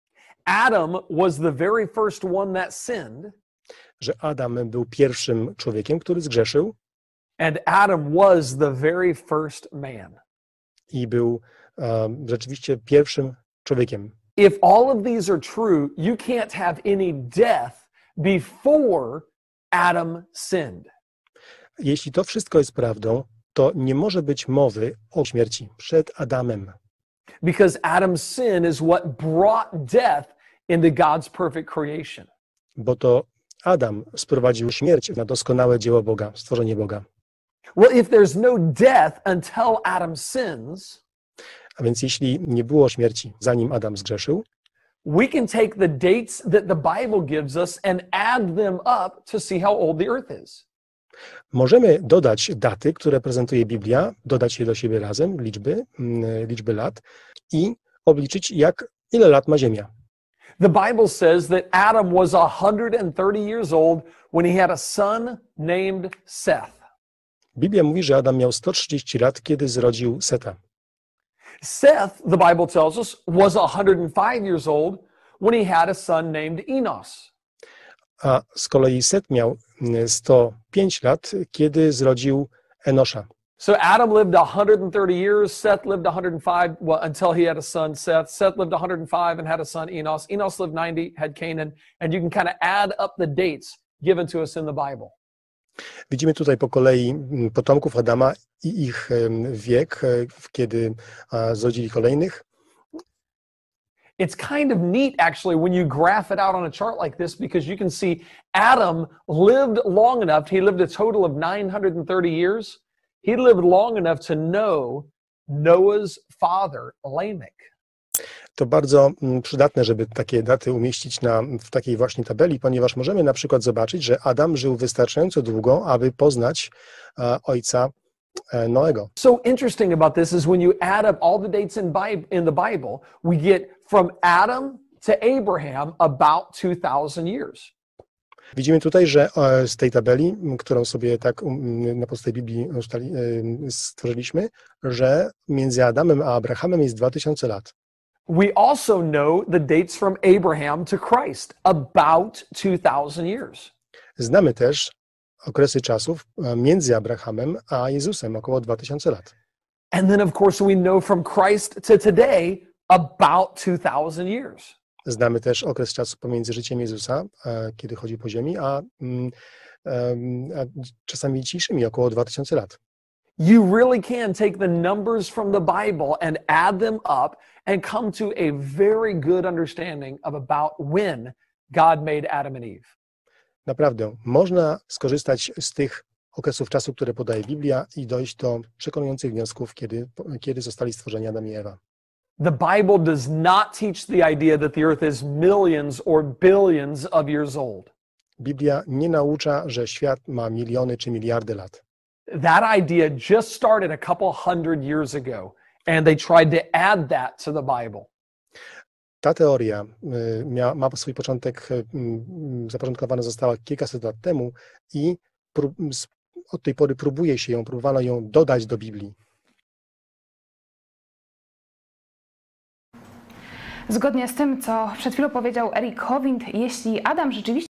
Speaker 8: Adam was the very first one that sinned.
Speaker 9: Że Adam był pierwszym człowiekiem, który zgrzeszył.
Speaker 8: And Adam was the very first man.
Speaker 9: I był um, rzeczywiście pierwszym człowiekiem.
Speaker 8: If all of these are true, you can't have any death before Adam sinned.
Speaker 9: Jeśli to wszystko jest prawdą, to nie może być mowy o śmierci przed Adamem.
Speaker 8: Because Adam's sin is what brought death into God's perfect creation.
Speaker 9: Bo to Adam sprowadził śmierć na doskonałe dzieło Boga, stworzenie Boga.
Speaker 8: Well, if there's no death until Adam sins,
Speaker 9: a więc jeśli nie było śmierci, zanim Adam zgrzeszył,
Speaker 8: we can take the dates that the Bible gives us and add them up to see how old the earth is.
Speaker 9: Możemy dodać daty, które prezentuje Biblia, dodać je do siebie razem, liczby, liczby lat i obliczyć, jak ile lat ma Ziemia.
Speaker 8: The Bible says that Adam was one hundred thirty years old when he had a son named Seth.
Speaker 9: Biblia mówi, że Adam miał sto trzydzieści lat, kiedy zrodził Seta.
Speaker 8: Seth, the Bible tells us, was one hundred five years old when he had a son named Enos.
Speaker 9: A z kolei Set miał sto pięć lat, kiedy zrodził Enosza.
Speaker 8: So Adam lived one hundred thirty years, Seth lived one hundred five, well, until he had a son, Seth. Seth lived one hundred five and had a son, Enos. Enos lived ninety, had Canaan, and you can kind of add up the dates given to us in the Bible.
Speaker 9: Widzimy tutaj po kolei potomków Adama i ich wiek, kiedy zrodzili kolejnych.
Speaker 8: It's kind of neat, actually, when you graph it out on a chart like this, because you can see Adam lived long enough, he lived a total of nine hundred thirty years. He lived long enough to know Noah's father, Lamech.
Speaker 9: To bardzo przydatne, żeby takie daty umieścić na, w takiej właśnie tabeli, ponieważ możemy na przykład zobaczyć, że Adam żył wystarczająco długo, aby poznać e, ojca e, Noego.
Speaker 8: So interesting about this is when you add up all the dates in, Bible, in the Bible, we get from Adam to Abraham about two thousand years.
Speaker 9: Widzimy tutaj, że z tej tabeli, którą sobie tak na podstawie Biblii stworzyliśmy, że między Adamem a Abrahamem jest dwa tysiące lat.
Speaker 8: We also know the dates from Abraham to Christ, about two thousand years.
Speaker 9: Znamy też okresy czasów e, między Abrahamem a Jezusem, około dwa tysiące lat.
Speaker 8: And then, of course, we know from Christ to today about two thousand years.
Speaker 9: Znamy też okres czasu pomiędzy życiem Jezusa, e, kiedy chodził po ziemi, a, mm, em, a czasami dzisiejszymi, około dwa tysiące lat.
Speaker 8: You really can take the numbers from the Bible and add them up and come to a very good understanding of about when God made Adam and Eve.
Speaker 9: Naprawdę, można skorzystać z tych okresów czasu, które podaje Biblia i dojść do przekonujących wniosków, kiedy, kiedy zostali stworzeni Adam i Ewa.
Speaker 8: The Bible does not teach the idea that the earth is millions or billions of years old.
Speaker 9: Biblia nie naucza, że świat ma miliony czy miliardy lat.
Speaker 8: That idea just started a couple hundred years ago, and they tried to add that to the Bible.
Speaker 9: Ta teoria y, mia, ma swój początek, y, y, zapoczątkowana została kilkaset lat temu i prób, z, od tej pory próbuje się ją, próbowano ją dodać do Biblii.
Speaker 3: Zgodnie z tym, co przed chwilą powiedział Eric Hovind, jeśli Adam rzeczywiście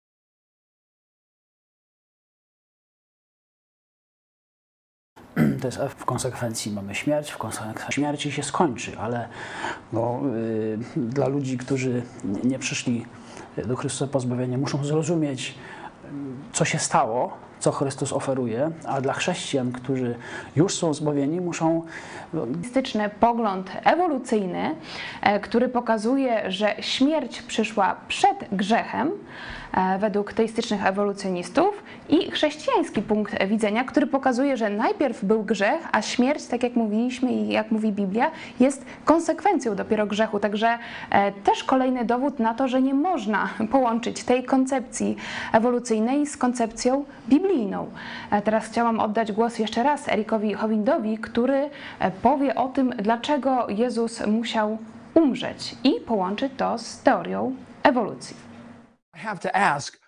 Speaker 5: To jest w konsekwencji mamy śmierć, w konsekwencji śmierci się skończy, ale no, y, dla ludzi, którzy nie przyszli do Chrystusa po zbawienie, muszą zrozumieć, co się stało, co Chrystus oferuje, a dla chrześcijan, którzy już są zbawieni, muszą...
Speaker 3: teistyczny pogląd ewolucyjny, e, który pokazuje, że śmierć przyszła przed grzechem, e, według teistycznych ewolucjonistów, i chrześcijański punkt widzenia, który pokazuje, że najpierw był grzech, a śmierć, tak jak mówiliśmy i jak mówi Biblia, jest konsekwencją dopiero grzechu. Także e, też kolejny dowód na to, że nie można połączyć tej koncepcji ewolucyjnej z koncepcją biblijną. E, teraz chciałam oddać głos jeszcze raz Ericowi Hovindowi, który e, powie o tym, dlaczego Jezus musiał umrzeć i połączy to z teorią ewolucji.
Speaker 8: I have to ask,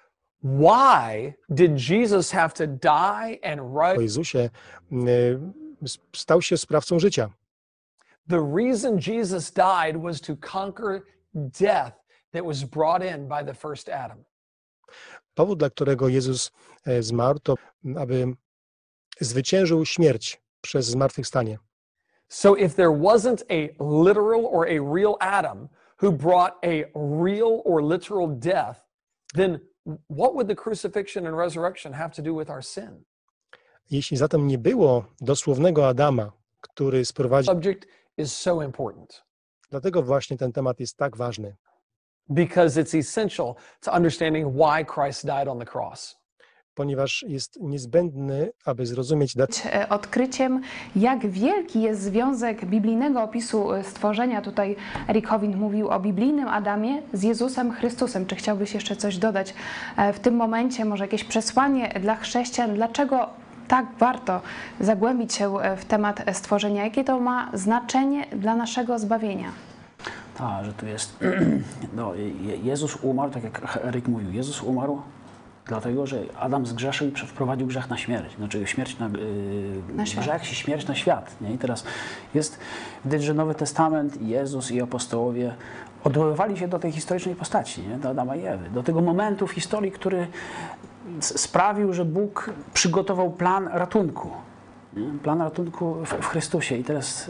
Speaker 8: why did Jesus have to die and
Speaker 9: Po
Speaker 8: rise?
Speaker 9: Jezusie y, stał się sprawcą życia.
Speaker 8: The reason Jesus died was to conquer death that was brought in by the first Adam.
Speaker 9: Powód, dla którego Jezus e, zmarł, to aby zwyciężył śmierć przez zmartwychwstanie.
Speaker 8: So if there wasn't a literal or a real Adam who brought a real or literal death, then what would the crucifixion and resurrection have to do with our sin?
Speaker 9: Jeśli zatem nie było dosłownego Adama, który sprowadził,
Speaker 8: Subject is so important
Speaker 9: dlatego właśnie ten temat jest tak ważny,
Speaker 8: because it's essential to understanding why Christ died on the cross.
Speaker 9: ponieważ jest niezbędny, aby zrozumieć
Speaker 3: E, Odkryciem, jak wielki jest związek biblijnego opisu stworzenia. Tutaj Eric Hovind mówił o biblijnym Adamie z Jezusem Chrystusem. Czy chciałbyś jeszcze coś dodać e, w tym momencie? Może jakieś przesłanie dla chrześcijan? Dlaczego tak warto zagłębić się w temat stworzenia? Jakie to ma znaczenie dla naszego zbawienia?
Speaker 5: Tak, że tu jest... No, Je- Jezus umarł, tak jak Eryk mówił, Jezus umarł dlatego, że Adam zgrzeszył i wprowadził grzech na śmierć. Znaczy śmierć na, yy,
Speaker 3: Na świat.
Speaker 5: grzech i śmierć na świat. Nie? I teraz jest widać, że Nowy Testament, Jezus i apostołowie odwoływali się do tej historycznej postaci, nie? Do Adama i Ewy, do tego momentu w historii, który s- sprawił, że Bóg przygotował plan ratunku. Nie? Plan ratunku w, w Chrystusie. I teraz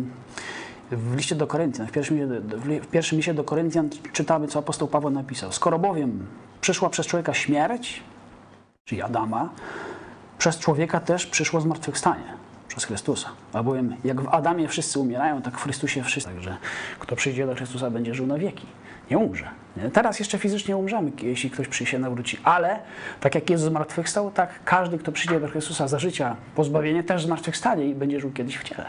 Speaker 5: yy, w liście do Koryntian, w pierwszym, liście do- w pierwszym liście do Koryntian czytamy, co apostoł Paweł napisał. Skoro bowiem przyszła przez człowieka śmierć, czyli Adama, przez człowieka też przyszło zmartwychwstanie, przez Chrystusa. Albowiem jak w Adamie wszyscy umierają, tak w Chrystusie wszyscy. Także kto przyjdzie do Chrystusa, będzie żył na wieki. Nie umrze. Nie? Teraz jeszcze fizycznie umrzemy, jeśli ktoś przyjdzie się nawróci, ale tak jak Jezus zmartwychwstał, tak każdy, kto przyjdzie do Chrystusa za życia, pozbawienie, też zmartwychwstanie i będzie żył kiedyś w ciele.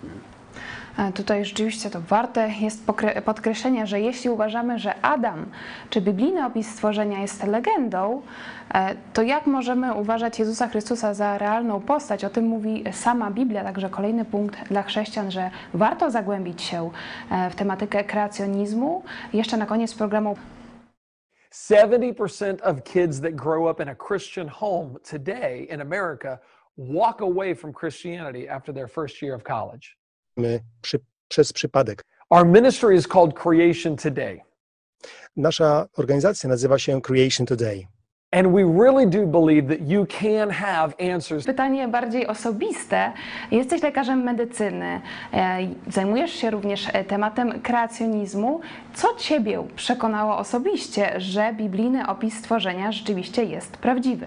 Speaker 3: E, Tutaj rzeczywiście to warte jest pokre- podkreślenia, że jeśli uważamy, że Adam czy biblijny opis stworzenia jest legendą, e, to jak możemy uważać Jezusa Chrystusa za realną postać? O tym mówi sama Biblia, także kolejny punkt dla chrześcijan, że warto zagłębić się e, w tematykę kreacjonizmu. Jeszcze na koniec programu
Speaker 8: seventy percent of kids that grow up in a Christian home today in America walk away from Christianity after their first year of college.
Speaker 9: my przy, przez przypadek.
Speaker 8: Our ministry is called Creation Today.
Speaker 9: Nasza organizacja nazywa się Creation Today.
Speaker 8: And we really do believe that you can have answers.
Speaker 3: Pytanie bardziej osobiste. Jesteś lekarzem medycyny, e, zajmujesz się również tematem kreacjonizmu. Co Ciebie przekonało osobiście, że biblijny opis stworzenia rzeczywiście jest prawdziwy?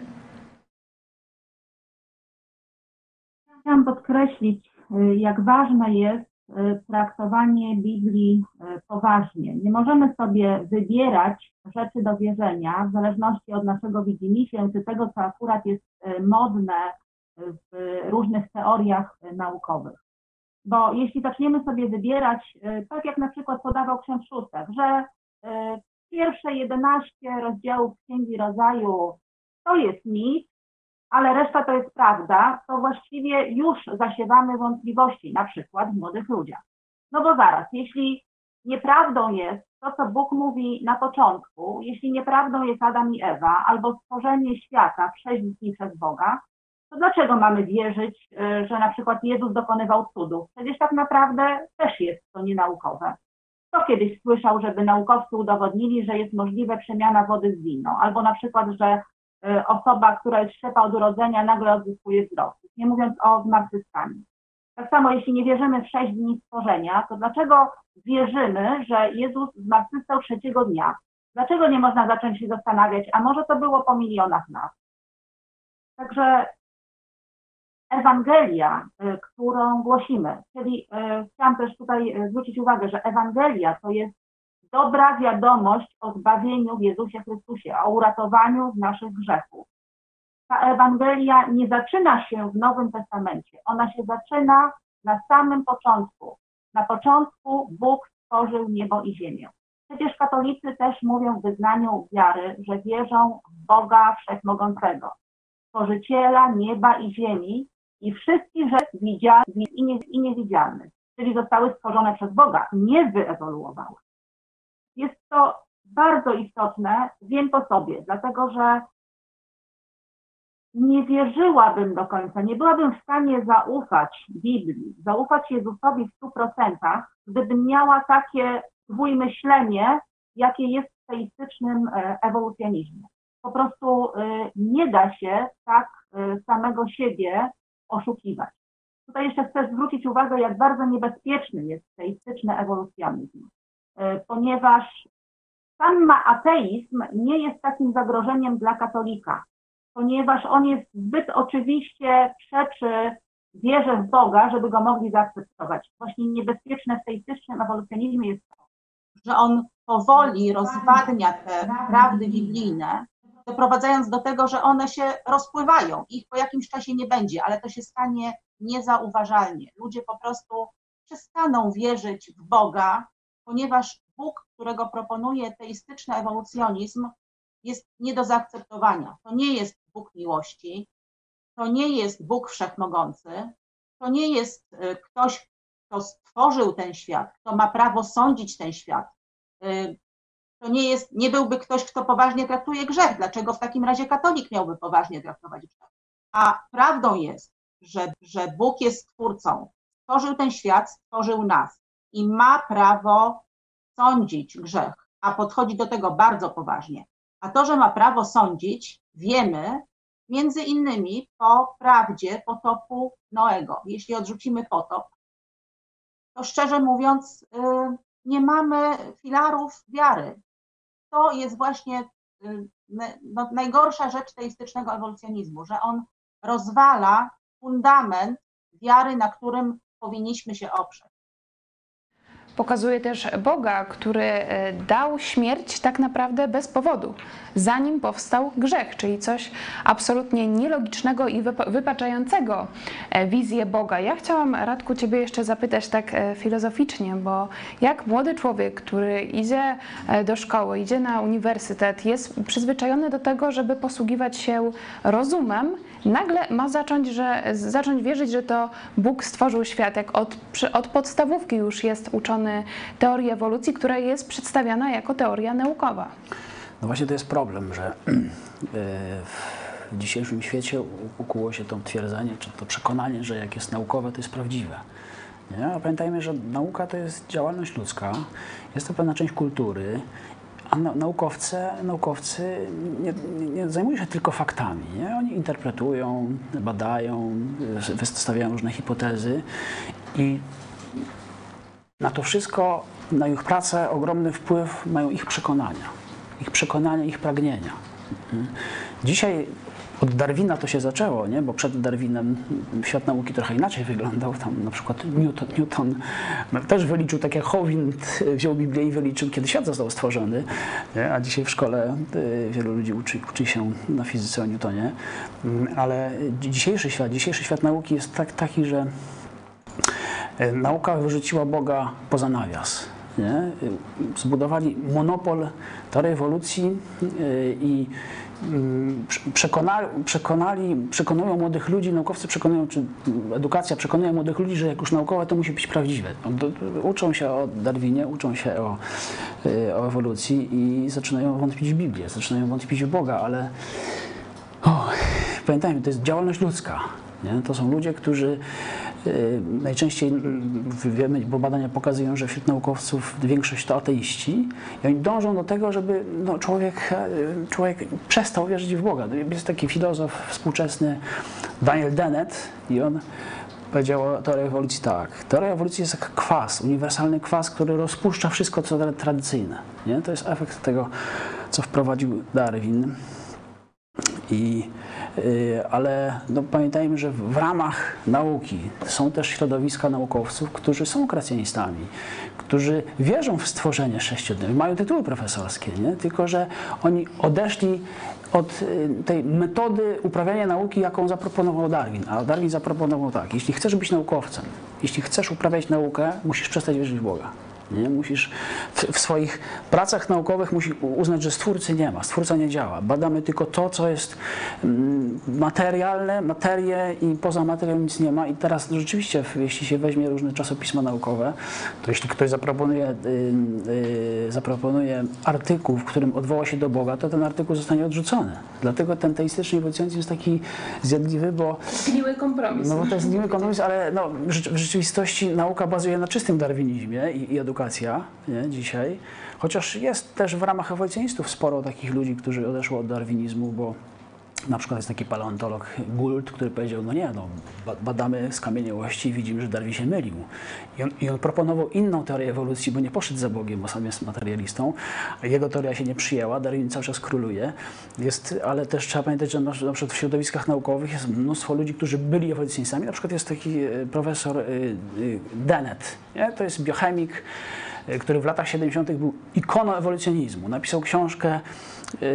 Speaker 4: Chciałam podkreślić, jak ważne jest traktowanie Biblii poważnie. Nie możemy sobie wybierać rzeczy do wierzenia w zależności od naszego widzimisię, czy tego, co akurat jest modne w różnych teoriach naukowych. Bo jeśli zaczniemy sobie wybierać, tak jak na przykład podawał ksiądz Szuster, że pierwsze jedenaście rozdziałów Księgi Rodzaju to jest mit, ale reszta to jest prawda, to właściwie już zasiewamy wątpliwości, na przykład w młodych ludziach. No bo zaraz, jeśli nieprawdą jest to, co Bóg mówi na początku, jeśli nieprawdą jest Adam i Ewa, albo stworzenie świata w sześć dni przez Boga, to dlaczego mamy wierzyć, że na przykład Jezus dokonywał cudów? Przecież tak naprawdę też jest to nienaukowe. Kto kiedyś słyszał, żeby naukowcy udowodnili, że jest możliwe przemiana wody w wino, albo na przykład, że osoba, która jest ślepa od urodzenia, nagle odzyskuje wzrok, nie mówiąc o zmartwychwstaniu. Tak samo, jeśli nie wierzymy w sześć dni stworzenia, to dlaczego wierzymy, że Jezus zmartwychwstał trzeciego dnia? Dlaczego nie można zacząć się zastanawiać, a może to było po milionach lat? Także Ewangelia, którą głosimy, czyli chciałam też tutaj zwrócić uwagę, że Ewangelia to jest dobra wiadomość o zbawieniu w Jezusie Chrystusie, o uratowaniu z naszych grzechów. Ta Ewangelia nie zaczyna się w Nowym Testamencie, ona się zaczyna na samym początku. Na początku Bóg stworzył niebo i ziemię. Przecież katolicy też mówią w wyznaniu wiary, że wierzą w Boga Wszechmogącego, Stworzyciela nieba i ziemi i wszystkich rzeczy widzialnych i niewidzialnych, czyli zostały stworzone przez Boga, nie wyewoluowały. Jest to bardzo istotne, wiem po sobie, dlatego że nie wierzyłabym do końca, nie byłabym w stanie zaufać Biblii, zaufać Jezusowi w stu procentach, gdybym miała takie dwójmyślenie, jakie jest w teistycznym ewolucjonizmie. Po prostu nie da się tak samego siebie oszukiwać. Tutaj jeszcze chcę zwrócić uwagę, jak bardzo niebezpieczny jest teistyczny ewolucjonizm, ponieważ sam ateizm nie jest takim zagrożeniem dla katolika, ponieważ on jest zbyt oczywiście przeczy wierze w Boga, żeby go mogli zaakceptować. Właśnie niebezpieczne w teistycznym ewolucjonizmie jest to, że on powoli rozwadnia te prawdy biblijne, doprowadzając do tego, że one się rozpływają. Ich po jakimś czasie nie będzie, ale to się stanie niezauważalnie. Ludzie po prostu przestaną wierzyć w Boga, ponieważ Bóg, którego proponuje teistyczny ewolucjonizm, jest nie do zaakceptowania. To nie jest Bóg miłości, to nie jest Bóg wszechmogący, to nie jest ktoś, kto stworzył ten świat, kto ma prawo sądzić ten świat. To nie jest, nie byłby ktoś, kto poważnie traktuje grzech. Dlaczego w takim razie katolik miałby poważnie traktować grzech? A prawdą jest, że, że Bóg jest Stwórcą, stworzył ten świat, stworzył nas i ma prawo sądzić grzech, a podchodzi do tego bardzo poważnie. A to, że ma prawo sądzić, wiemy między innymi po prawdzie potopu Noego. Jeśli odrzucimy potop, to szczerze mówiąc nie mamy filarów wiary. To jest właśnie no, najgorsza rzecz teistycznego ewolucjonizmu, że on rozwala fundament wiary, na którym powinniśmy się oprzeć.
Speaker 3: Pokazuje też Boga, który dał śmierć tak naprawdę bez powodu, zanim powstał grzech, czyli coś absolutnie nielogicznego i wypaczającego wizję Boga. Ja chciałam, Radku, Ciebie jeszcze zapytać tak filozoficznie, bo jak młody człowiek, który idzie do szkoły, idzie na uniwersytet, jest przyzwyczajony do tego, żeby posługiwać się rozumem, nagle ma zacząć, że, zacząć wierzyć, że to Bóg stworzył świat, jak od, od podstawówki już jest uczony teorii ewolucji, która jest przedstawiana jako teoria naukowa.
Speaker 5: No właśnie to jest problem, że w dzisiejszym świecie ukuło się to twierdzenie, czy to przekonanie, że jak jest naukowe, to jest prawdziwe. Nie? A pamiętajmy, że nauka to jest działalność ludzka, jest to pewna część kultury, a naukowcy, naukowcy nie, nie, nie zajmują się tylko faktami. Nie? Oni interpretują, badają, wystawiają różne hipotezy i na to wszystko, na ich pracę ogromny wpływ mają ich przekonania, ich przekonania, ich pragnienia. Dzisiaj od Darwina to się zaczęło, nie? Bo przed Darwinem świat nauki trochę inaczej wyglądał. Tam na przykład Newton, Newton też wyliczył, tak jak Howind wziął Biblię i wyliczył, kiedy świat został stworzony. Nie? A dzisiaj w szkole wielu ludzi uczy, uczy się na fizyce o Newtonie. Ale dzisiejszy świat, dzisiejszy świat nauki jest tak, taki, że nauka wyrzuciła Boga poza nawias. Nie? Zbudowali monopol teorii ewolucji i przekonali, przekonali, przekonują młodych ludzi, naukowcy przekonują, czy edukacja przekonuje młodych ludzi, że jak już naukowe, to musi być prawdziwe. Uczą się o Darwinie, uczą się o, o ewolucji i zaczynają wątpić w Biblię, zaczynają wątpić w Boga, ale o, pamiętajmy, to jest działalność ludzka. Nie? To są ludzie, którzy y, najczęściej, wiemy, bo badania pokazują, że wśród naukowców większość to ateiści i oni dążą do tego, żeby no, człowiek, człowiek przestał wierzyć w Boga. Jest taki filozof współczesny Daniel Dennett i on powiedział o teorii ewolucji tak. Teoria ewolucji jest jak kwas, uniwersalny kwas, który rozpuszcza wszystko, co tradycyjne. Nie? To jest efekt tego, co wprowadził Darwin. I, yy, ale no, pamiętajmy, że w ramach nauki są też środowiska naukowców, którzy są kreacjonistami, którzy wierzą w stworzenie sześciodniowe, mają tytuły profesorskie, nie? Tylko że oni odeszli od y, tej metody uprawiania nauki, jaką zaproponował Darwin. A Darwin zaproponował tak, jeśli chcesz być naukowcem, jeśli chcesz uprawiać naukę, musisz przestać wierzyć w Boga. Nie? Musisz w, w swoich pracach naukowych musisz uznać, że Stwórcy nie ma, Stwórca nie działa. Badamy tylko to, co jest mm, materialne, materię i poza materią nic nie ma. I teraz rzeczywiście, jeśli się weźmie różne czasopisma naukowe, to jeśli ktoś zaproponuje, y, y, zaproponuje artykuł, w którym odwoła się do Boga, to ten artykuł zostanie odrzucony. Dlatego ten teistyczny ewolucjonizm jest taki zjadliwy, bo...
Speaker 2: Zgniły kompromis.
Speaker 5: No bo to jest zgniły kompromis, ale no, w rzeczywistości nauka bazuje na czystym darwinizmie i, i edukacja. Nie, dzisiaj, chociaż jest też w ramach ewolucjonistów sporo takich ludzi, którzy odeszło od darwinizmu, bo na przykład jest taki paleontolog Gould, który powiedział, no nie, no, badamy skamieniałości i widzimy, że Darwin się mylił. I on, i on proponował inną teorię ewolucji, bo nie poszedł za Bogiem, bo sam jest materialistą, a jego teoria się nie przyjęła, Darwin cały czas króluje, jest, ale też trzeba pamiętać, że na przykład w środowiskach naukowych jest mnóstwo ludzi, którzy byli ewolucjonistami, na przykład jest taki profesor Dennett, nie? To jest biochemik, który w latach siedemdziesiątych był ikoną ewolucjonizmu. Napisał książkę yy,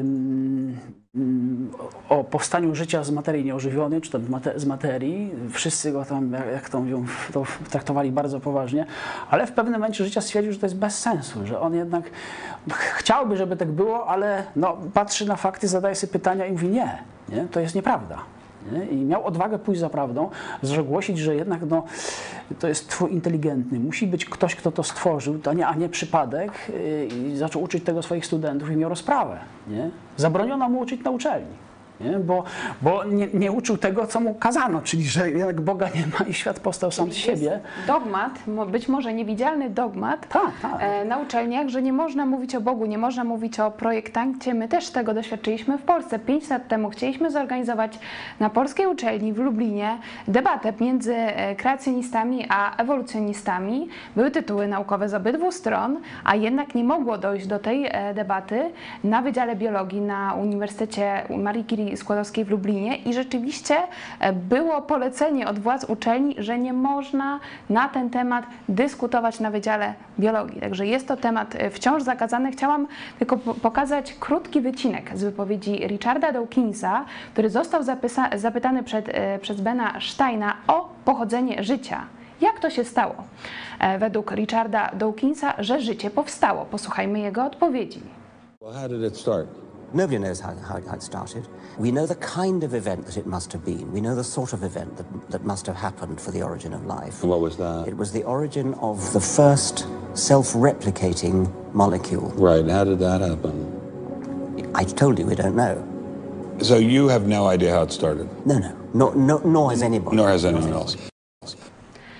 Speaker 5: yy, o powstaniu życia z materii nieożywionej, czy tam z materii. Wszyscy go tam, jak to mówią, to traktowali bardzo poważnie, ale w pewnym momencie życia stwierdził, że to jest bez sensu, że on jednak chciałby, żeby tak było, ale no, patrzy na fakty, zadaje sobie pytania i mówi nie, nie? To jest nieprawda. Nie? I miał odwagę pójść za prawdą, zgłosić, że jednak no, to jest twór inteligentny. Musi być ktoś, kto to stworzył, a nie, a nie przypadek. I zaczął uczyć tego swoich studentów i miał rozprawę. Nie? Zabroniono mu uczyć na uczelni. Nie? Bo, bo nie, nie uczył tego, co mu kazano, czyli że jak Boga nie ma i świat powstał sam z siebie.
Speaker 3: Dogmat, być może niewidzialny dogmat
Speaker 5: tak, tak.
Speaker 3: E, na uczelniach, że nie można mówić o Bogu, nie można mówić o projektancie. My też tego doświadczyliśmy w Polsce. Pięć lat temu chcieliśmy zorganizować na polskiej uczelni w Lublinie debatę między kreacjonistami a ewolucjonistami. Były tytuły naukowe z obydwu stron, a jednak nie mogło dojść do tej debaty na Wydziale Biologii na Uniwersytecie Marii Curie Skłodowskiej w Lublinie i rzeczywiście było polecenie od władz uczelni, że nie można na ten temat dyskutować na Wydziale Biologii. Także jest to temat wciąż zakazany. Chciałam tylko pokazać krótki wycinek z wypowiedzi Richarda Dawkinsa, który został zapytany przed, przez Bena Steina o pochodzenie życia. Jak to się stało? Według Richarda Dawkinsa, że życie powstało. Posłuchajmy jego odpowiedzi.
Speaker 10: Well, how did it start?
Speaker 6: Nobody knows how, how, how it started. We know the kind of event that it must have been. We know the sort of event that, that must have happened for the origin of life.
Speaker 10: And what was that?
Speaker 6: It was the origin of the first self-replicating molecule.
Speaker 10: Right, how did that happen?
Speaker 6: I told you we don't know.
Speaker 10: So you have no idea how it started?
Speaker 6: No, no, nor, nor, nor has anybody.
Speaker 10: Nor has anyone else.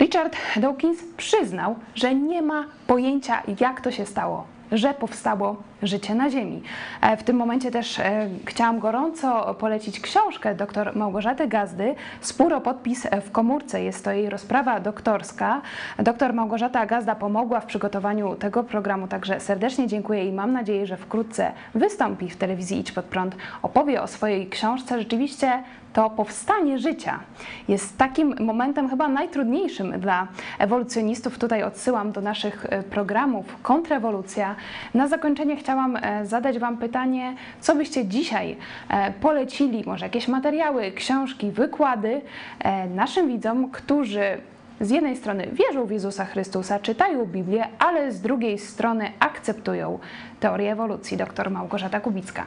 Speaker 3: Richard Dawkins przyznał, że nie ma pojęcia, jak to się stało, że powstało życie na Ziemi. W tym momencie też e, chciałam gorąco polecić książkę dr Małgorzaty Gazdy Spór o podpis w komórce. Jest to jej rozprawa doktorska. Dr Małgorzata Gazda pomogła w przygotowaniu tego programu, także serdecznie dziękuję i mam nadzieję, że wkrótce wystąpi w telewizji Idź Pod Prąd, opowie o swojej książce. Rzeczywiście to powstanie życia jest takim momentem chyba najtrudniejszym dla ewolucjonistów. Tutaj odsyłam do naszych programów Kontrrewolucja. Na zakończenie chciałam zadać Wam pytanie, co byście dzisiaj polecili, może jakieś materiały, książki, wykłady naszym widzom, którzy z jednej strony wierzą w Jezusa Chrystusa, czytają Biblię, ale z drugiej strony akceptują teorię ewolucji. Doktor Małgorzata Kubicka.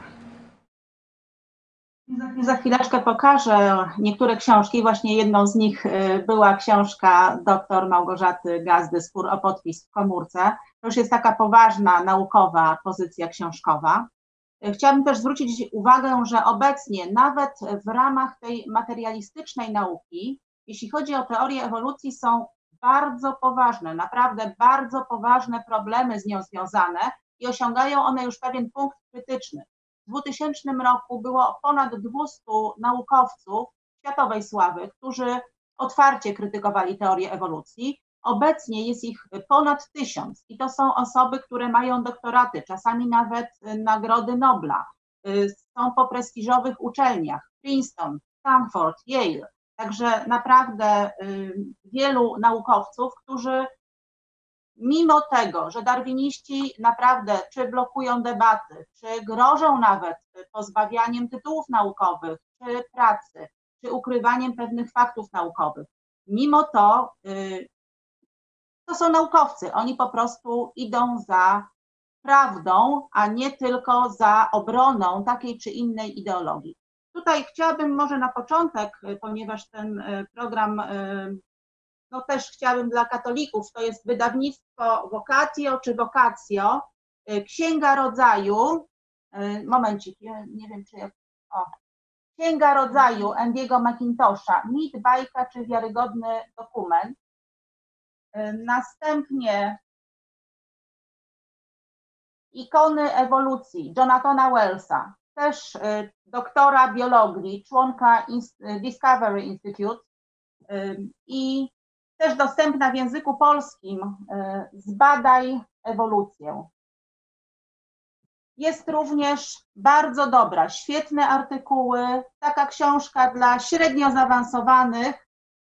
Speaker 4: Za chwileczkę pokażę niektóre książki. Właśnie jedną z nich była książka dr Małgorzaty Gazdy Spór o podpis w komórce. To już jest taka poważna, naukowa pozycja książkowa. Chciałabym też zwrócić uwagę, że obecnie nawet w ramach tej materialistycznej nauki, jeśli chodzi o teorię ewolucji, są bardzo poważne, naprawdę bardzo poważne problemy z nią związane i osiągają one już pewien punkt krytyczny. W dwutysięcznym roku było ponad dwustu naukowców światowej sławy, którzy otwarcie krytykowali teorię ewolucji. Obecnie jest ich ponad tysiąc i to są osoby, które mają doktoraty, czasami nawet nagrody Nobla. Są po prestiżowych uczelniach, Princeton, Stanford, Yale. Także naprawdę wielu naukowców, którzy mimo tego, że darwiniści naprawdę czy blokują debaty, czy grożą nawet pozbawianiem tytułów naukowych, czy pracy, czy ukrywaniem pewnych faktów naukowych, mimo to to są naukowcy. Oni po prostu idą za prawdą, a nie tylko za obroną takiej czy innej ideologii. Tutaj chciałabym może na początek, ponieważ ten program no też chciałabym dla katolików, to jest wydawnictwo Vocatio czy Vocatio, Księga Rodzaju, momencik, nie wiem czy jak, o, Księga Rodzaju Andy'ego McIntosha, mit, bajka czy wiarygodny dokument. Następnie Ikony ewolucji Jonathana Wellsa, też doktora biologii, członka Discovery Institute i też dostępna w języku polskim, Zbadaj ewolucję. Jest również bardzo dobra, świetne artykuły, taka książka dla średnio zaawansowanych,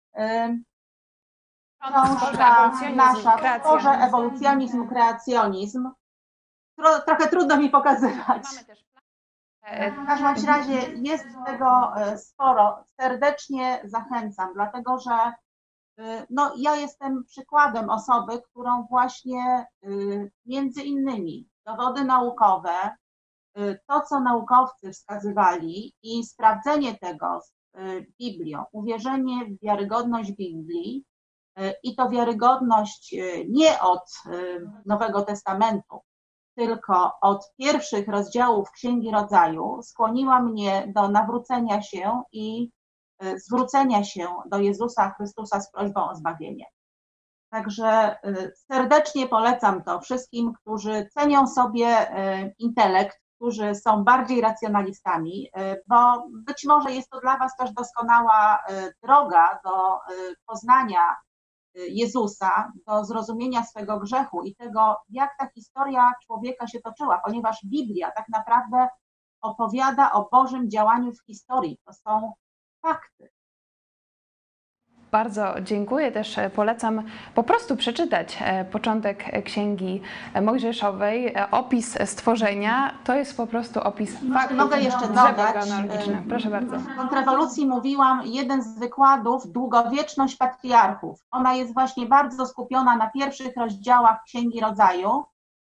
Speaker 4: książka nasza, Tworze ewolucjonizm, kreacjonizm. Trochę trudno mi pokazywać. W każdym razie jest tego sporo. Serdecznie zachęcam, dlatego że no, ja jestem przykładem osoby, którą właśnie między innymi dowody naukowe, to co naukowcy wskazywali i sprawdzenie tego z Biblią, uwierzenie w wiarygodność Biblii i to wiarygodność nie od Nowego Testamentu, tylko od pierwszych rozdziałów Księgi Rodzaju skłoniła mnie do nawrócenia się i zwrócenia się do Jezusa Chrystusa z prośbą o zbawienie. Także serdecznie polecam to wszystkim, którzy cenią sobie intelekt, którzy są bardziej racjonalistami, bo być może jest to dla Was też doskonała droga do poznania Jezusa, do zrozumienia swego grzechu i tego, jak ta historia człowieka się toczyła, ponieważ Biblia tak naprawdę opowiada o Bożym działaniu w historii. To są fakty.
Speaker 3: Bardzo dziękuję. Też polecam po prostu przeczytać początek Księgi Mojżeszowej. Opis stworzenia to jest po prostu opis faktów.
Speaker 4: Mogę jeszcze dodać.
Speaker 3: Proszę bardzo.
Speaker 4: W kontrrewolucji mówiłam, jeden z wykładów, długowieczność patriarchów. Ona jest właśnie bardzo skupiona na pierwszych rozdziałach Księgi Rodzaju.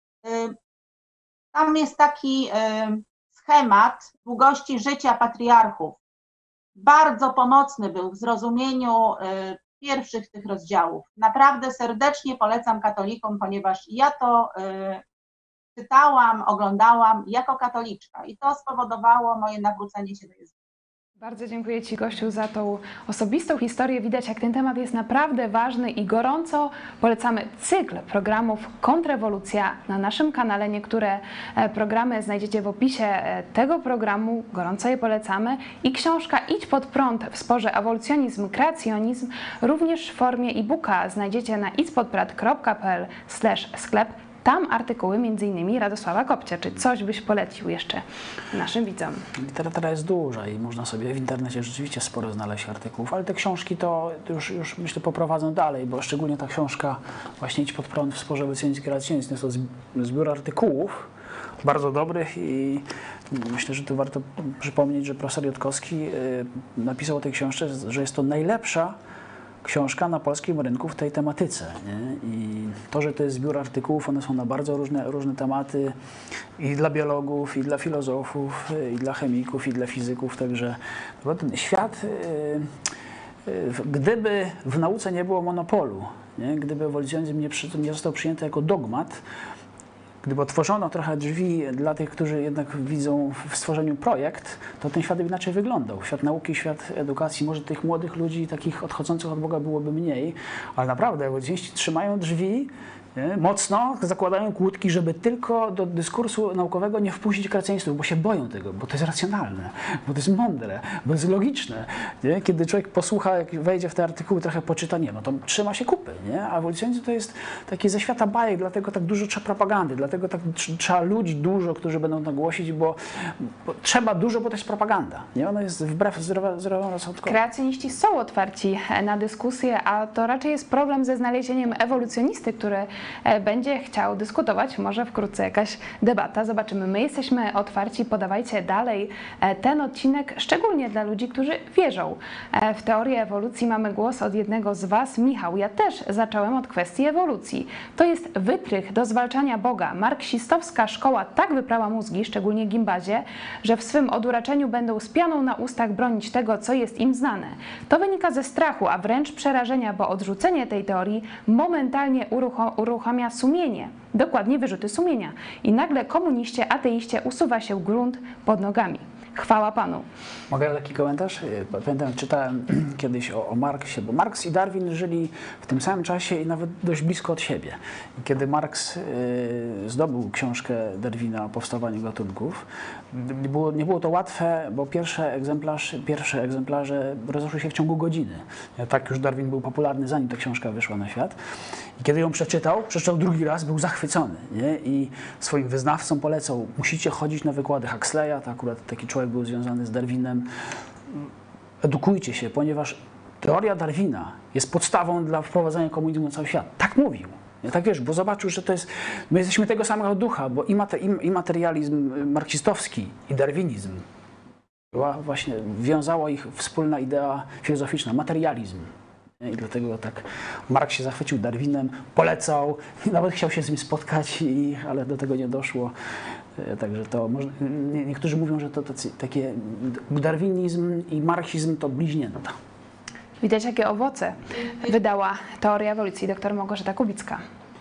Speaker 4: Tam jest taki schemat długości życia patriarchów. Bardzo pomocny był w zrozumieniu pierwszych tych rozdziałów. Naprawdę serdecznie polecam katolikom, ponieważ ja to czytałam, oglądałam jako katoliczka i to spowodowało moje nawrócenie się do Jezusa.
Speaker 3: Bardzo dziękuję Ci, Gościu, za tą osobistą historię. Widać, jak ten temat jest naprawdę ważny i gorąco polecamy cykl programów Kontrrewolucja na naszym kanale. Niektóre programy znajdziecie w opisie tego programu, gorąco je polecamy. I książka Idź pod prąd w sporze ewolucjonizm, kreacjonizm również w formie e-booka znajdziecie na idźpodprad kropka p l slash sklep. Tam artykuły między innymi Radosława Kopcia. Czy coś byś polecił jeszcze naszym widzom?
Speaker 5: Literatura jest duża i można sobie w internecie rzeczywiście sporo znaleźć artykułów, ale te książki to już, już myślę poprowadzą dalej, bo szczególnie ta książka właśnie Idź pod prąd w sporze ewolucjonizm i kreacjonizm to jest to zbiór artykułów bardzo dobrych i myślę, że tu warto przypomnieć, że profesor Jotkowski napisał o tej książce, że jest to najlepsza książka na polskim rynku w tej tematyce. Nie? I to, że to jest zbiór artykułów, one są na bardzo różne, różne tematy i dla biologów, i dla filozofów, i dla chemików, i dla fizyków, także ten świat, gdyby w nauce nie było monopolu, nie? Gdyby ewolucjonizm nie, nie został przyjęty jako dogmat, gdyby otworzono trochę drzwi dla tych, którzy jednak widzą w stworzeniu projekt, to ten świat by inaczej wyglądał. Świat nauki, świat edukacji, może tych młodych ludzi, takich odchodzących od Boga byłoby mniej, ale naprawdę ewolucjoniści trzymają drzwi, nie? Mocno zakładają kłódki, żeby tylko do dyskursu naukowego nie wpuścić kreacjonistów, bo się boją tego, bo to jest racjonalne, bo to jest mądre, bo to jest logiczne. Nie? Kiedy człowiek posłucha, jak wejdzie w te artykuły, trochę poczyta, nie, no to trzyma się kupy. Nie? A ewolucjonizm to jest takie ze świata bajek, dlatego tak dużo trzeba propagandy, dlatego tak trzeba ludzi dużo, którzy będą to głosić, bo, bo trzeba dużo, bo to jest propaganda. Nie? Ona jest wbrew zdrowemu rozsądkowi.
Speaker 3: Kreacjoniści są otwarci na dyskusję, a to raczej jest problem ze znalezieniem ewolucjonisty, który będzie chciał dyskutować, może wkrótce jakaś debata. Zobaczymy. My jesteśmy otwarci, podawajcie dalej ten odcinek, szczególnie dla ludzi, którzy wierzą w teorię ewolucji. Mamy głos od jednego z Was. Michał, ja też zacząłem od kwestii ewolucji. To jest wytrych do zwalczania Boga. Marksistowska szkoła tak wyprała mózgi, szczególnie gimbazie, że w swym oduraczeniu będą z pianą na ustach bronić tego, co jest im znane. To wynika ze strachu, a wręcz przerażenia, bo odrzucenie tej teorii momentalnie uruchomi uruchamia sumienie, dokładnie wyrzuty sumienia. I nagle komuniście, ateiście usuwa się grunt pod nogami. Chwała Panu.
Speaker 5: Mogę lekki komentarz? Pamiętam, czytałem kiedyś o, o Marksie, bo Marks i Darwin żyli w tym samym czasie i nawet dość blisko od siebie. I kiedy Marks y, zdobył książkę Darwina o powstawaniu gatunków, nie było, nie było to łatwe, bo pierwsze, egzemplarz, pierwsze egzemplarze rozeszły się w ciągu godziny. Tak już Darwin był popularny, zanim ta książka wyszła na świat. I kiedy ją przeczytał, przeczytał drugi raz, był zachwycony. Nie? I swoim wyznawcom polecał, musicie chodzić na wykłady Huxleya, to akurat taki człowiek był związany z Darwinem. Edukujcie się, ponieważ teoria Darwina jest podstawą dla wprowadzenia komunizmu na cały świat. Tak mówił. Nie? Tak wiesz, bo zobaczył, że to jest, my jesteśmy tego samego ducha, bo i, mater, i, i materializm marksistowski, i darwinizm, była właśnie, wiązało ich wspólna idea filozoficzna, materializm. I dlatego tak Marks się zachwycił Darwinem, polecał, nawet chciał się z nim spotkać, i, ale do tego nie doszło. Także to można, niektórzy mówią, że to tacy, takie darwinizm i marksizm to bliźnięta.
Speaker 3: Widać, jakie owoce wydała teoria ewolucji dr Małgorzata Kubicka.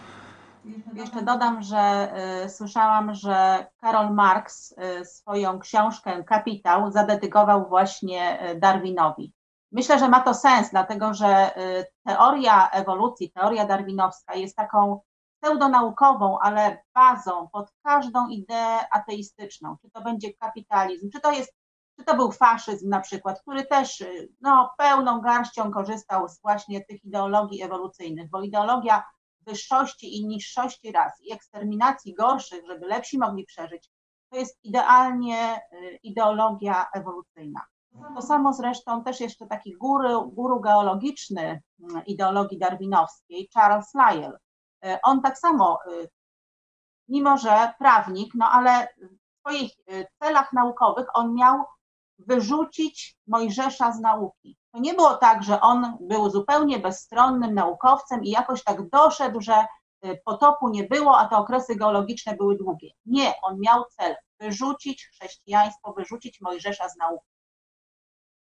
Speaker 4: Jeszcze dodam, że y, słyszałam, że Karol Marx y, swoją książkę Kapitał zadedykował właśnie Darwinowi. Myślę, że ma to sens, dlatego że y, teoria ewolucji, teoria darwinowska jest taką pseudonaukową, ale bazą pod każdą ideę ateistyczną. Czy to będzie kapitalizm, czy to jest, czy to był faszyzm na przykład, który też no, pełną garścią korzystał z właśnie tych ideologii ewolucyjnych, bo ideologia wyższości i niższości ras i eksterminacji gorszych, żeby lepsi mogli przeżyć, to jest idealnie ideologia ewolucyjna. To samo zresztą też jeszcze taki guru, guru geologiczny ideologii darwinowskiej, Charles Lyell. On tak samo, mimo że prawnik, no ale w swoich celach naukowych on miał wyrzucić Mojżesza z nauki. To nie było tak, że on był zupełnie bezstronnym naukowcem i jakoś tak doszedł, że potopu nie było, a te okresy geologiczne były długie. Nie, on miał cel wyrzucić chrześcijaństwo, wyrzucić Mojżesza z nauki.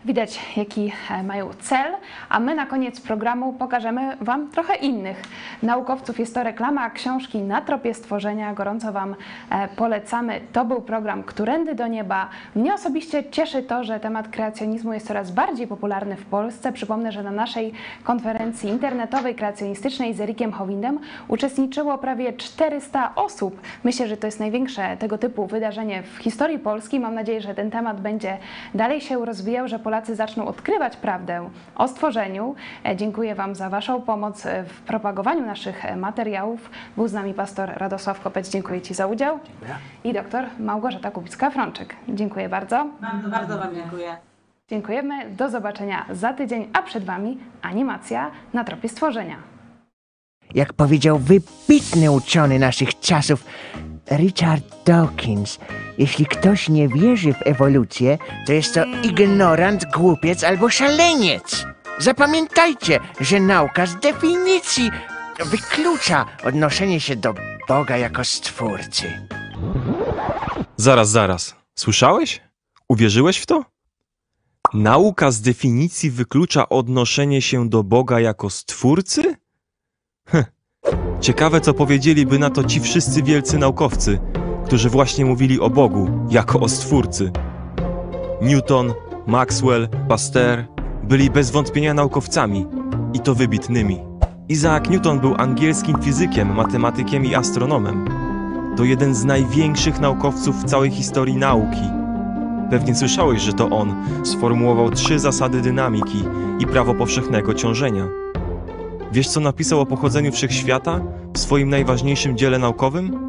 Speaker 3: Widać, jaki mają cel, a my na koniec programu pokażemy Wam trochę innych naukowców. Jest to reklama książki Na tropie stworzenia. Gorąco Wam polecamy. To był program Którędy do nieba. Mnie osobiście cieszy to, że temat kreacjonizmu jest coraz bardziej popularny w Polsce. Przypomnę, że na naszej konferencji internetowej kreacjonistycznej z Erikiem Howindem uczestniczyło prawie czterysta osób. Myślę, że to jest największe tego typu wydarzenie w historii Polski. Mam nadzieję, że ten temat będzie dalej się rozwijał, że Polacy zaczną odkrywać prawdę o stworzeniu. Dziękuję Wam za Waszą pomoc w propagowaniu naszych materiałów. Był z nami pastor Radosław Kopeć. Dziękuję Ci za udział.
Speaker 5: Dziękuję.
Speaker 3: I doktor Małgorzata Kubicka-Frączyk. Dziękuję bardzo.
Speaker 4: Bardzo, bardzo Wam dziękuję.
Speaker 3: Dziękujemy. Do zobaczenia za tydzień, a przed Wami animacja Na tropie stworzenia.
Speaker 11: Jak powiedział wybitny uczony naszych czasów Richard Dawkins, jeśli ktoś nie wierzy w ewolucję, to jest to ignorant, głupiec albo szaleniec. Zapamiętajcie, że nauka z definicji wyklucza odnoszenie się do Boga jako Stwórcy.
Speaker 12: Zaraz, zaraz. Słyszałeś? Uwierzyłeś w to? Nauka z definicji wyklucza odnoszenie się do Boga jako Stwórcy? Hm. Ciekawe, co powiedzieliby na to ci wszyscy wielcy naukowcy, którzy właśnie mówili o Bogu jako o Stwórcy. Newton, Maxwell, Pasteur byli bez wątpienia naukowcami, i to wybitnymi. Isaac Newton był angielskim fizykiem, matematykiem i astronomem. To jeden z największych naukowców w całej historii nauki. Pewnie słyszałeś, że to on sformułował trzy zasady dynamiki i prawo powszechnego ciążenia. Wiesz, co napisał o pochodzeniu wszechświata w swoim najważniejszym dziele naukowym?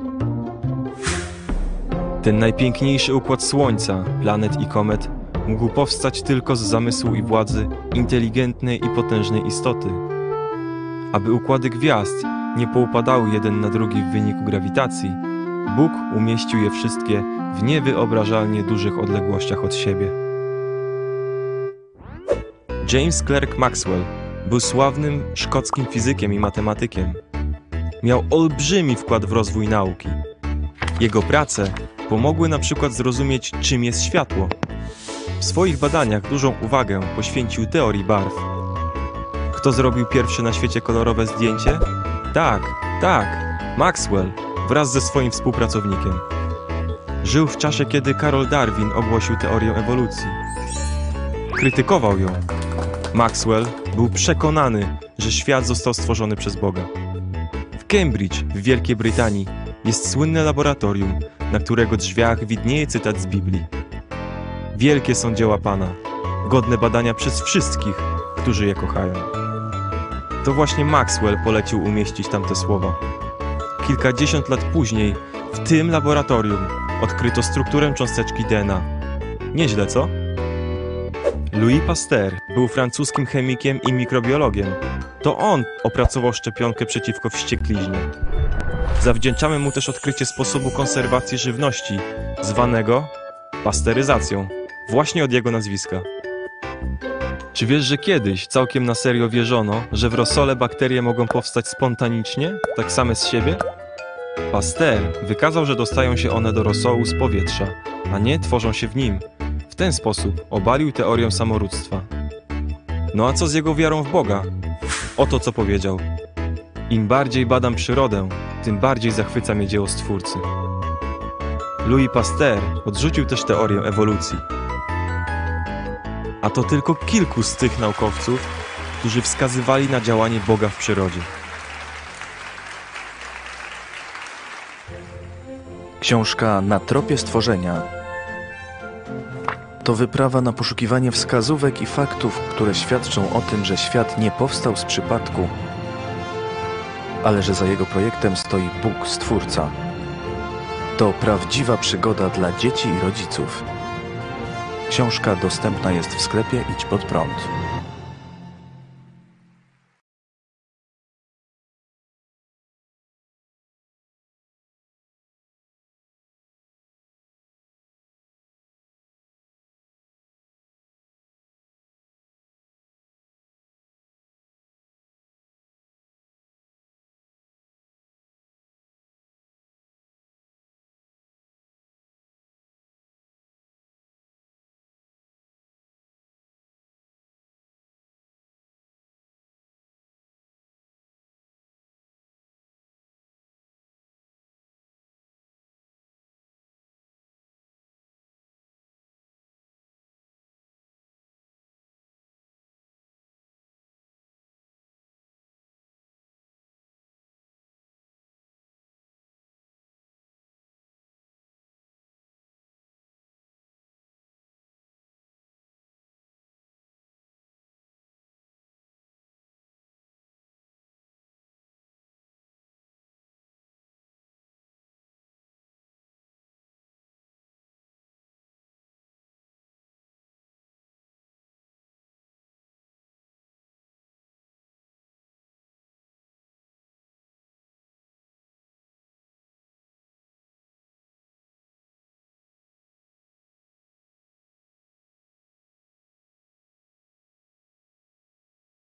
Speaker 12: Ten najpiękniejszy układ Słońca, planet i komet mógł powstać tylko z zamysłu i władzy inteligentnej i potężnej istoty. Aby układy gwiazd nie poupadały jeden na drugi w wyniku grawitacji, Bóg umieścił je wszystkie w niewyobrażalnie dużych odległościach od siebie. James Clerk Maxwell był sławnym szkockim fizykiem i matematykiem. Miał olbrzymi wkład w rozwój nauki. Jego prace pomogły na przykład zrozumieć, czym jest światło. W swoich badaniach dużą uwagę poświęcił teorii barw. Kto zrobił pierwsze na świecie kolorowe zdjęcie? Tak, tak, Maxwell wraz ze swoim współpracownikiem. Żył w czasie, kiedy Karol Darwin ogłosił teorię ewolucji. Krytykował ją. Maxwell był przekonany, że świat został stworzony przez Boga. W Cambridge w Wielkiej Brytanii jest słynne laboratorium, na którego drzwiach widnieje cytat z Biblii. Wielkie są dzieła Pana, godne badania przez wszystkich, którzy je kochają. To właśnie Maxwell polecił umieścić tamte słowa. Kilkadziesiąt lat później w tym laboratorium odkryto strukturę cząsteczki D N A. Nieźle, co? Louis Pasteur był francuskim chemikiem i mikrobiologiem. To on opracował szczepionkę przeciwko wściekliźnie. Zawdzięczamy mu też odkrycie sposobu konserwacji żywności, zwanego pasteuryzacją, właśnie od jego nazwiska. Czy wiesz, że kiedyś całkiem na serio wierzono, że w rosole bakterie mogą powstać spontanicznie, tak same z siebie? Pasteur wykazał, że dostają się one do rosołu z powietrza, a nie tworzą się w nim. W ten sposób obalił teorię samorództwa. No a co z jego wiarą w Boga? Oto co powiedział. Im bardziej badam przyrodę, tym bardziej zachwyca mnie dzieło Stwórcy. Louis Pasteur odrzucił też teorię ewolucji. A to tylko kilku z tych naukowców, którzy wskazywali na działanie Boga w przyrodzie.
Speaker 13: Książka Na tropie stworzenia to wyprawa na poszukiwanie wskazówek i faktów, które świadczą o tym, że świat nie powstał z przypadku, ale że za jego projektem stoi Bóg Stwórca. To prawdziwa przygoda dla dzieci i rodziców. Książka dostępna jest w sklepie Idź Pod Prąd.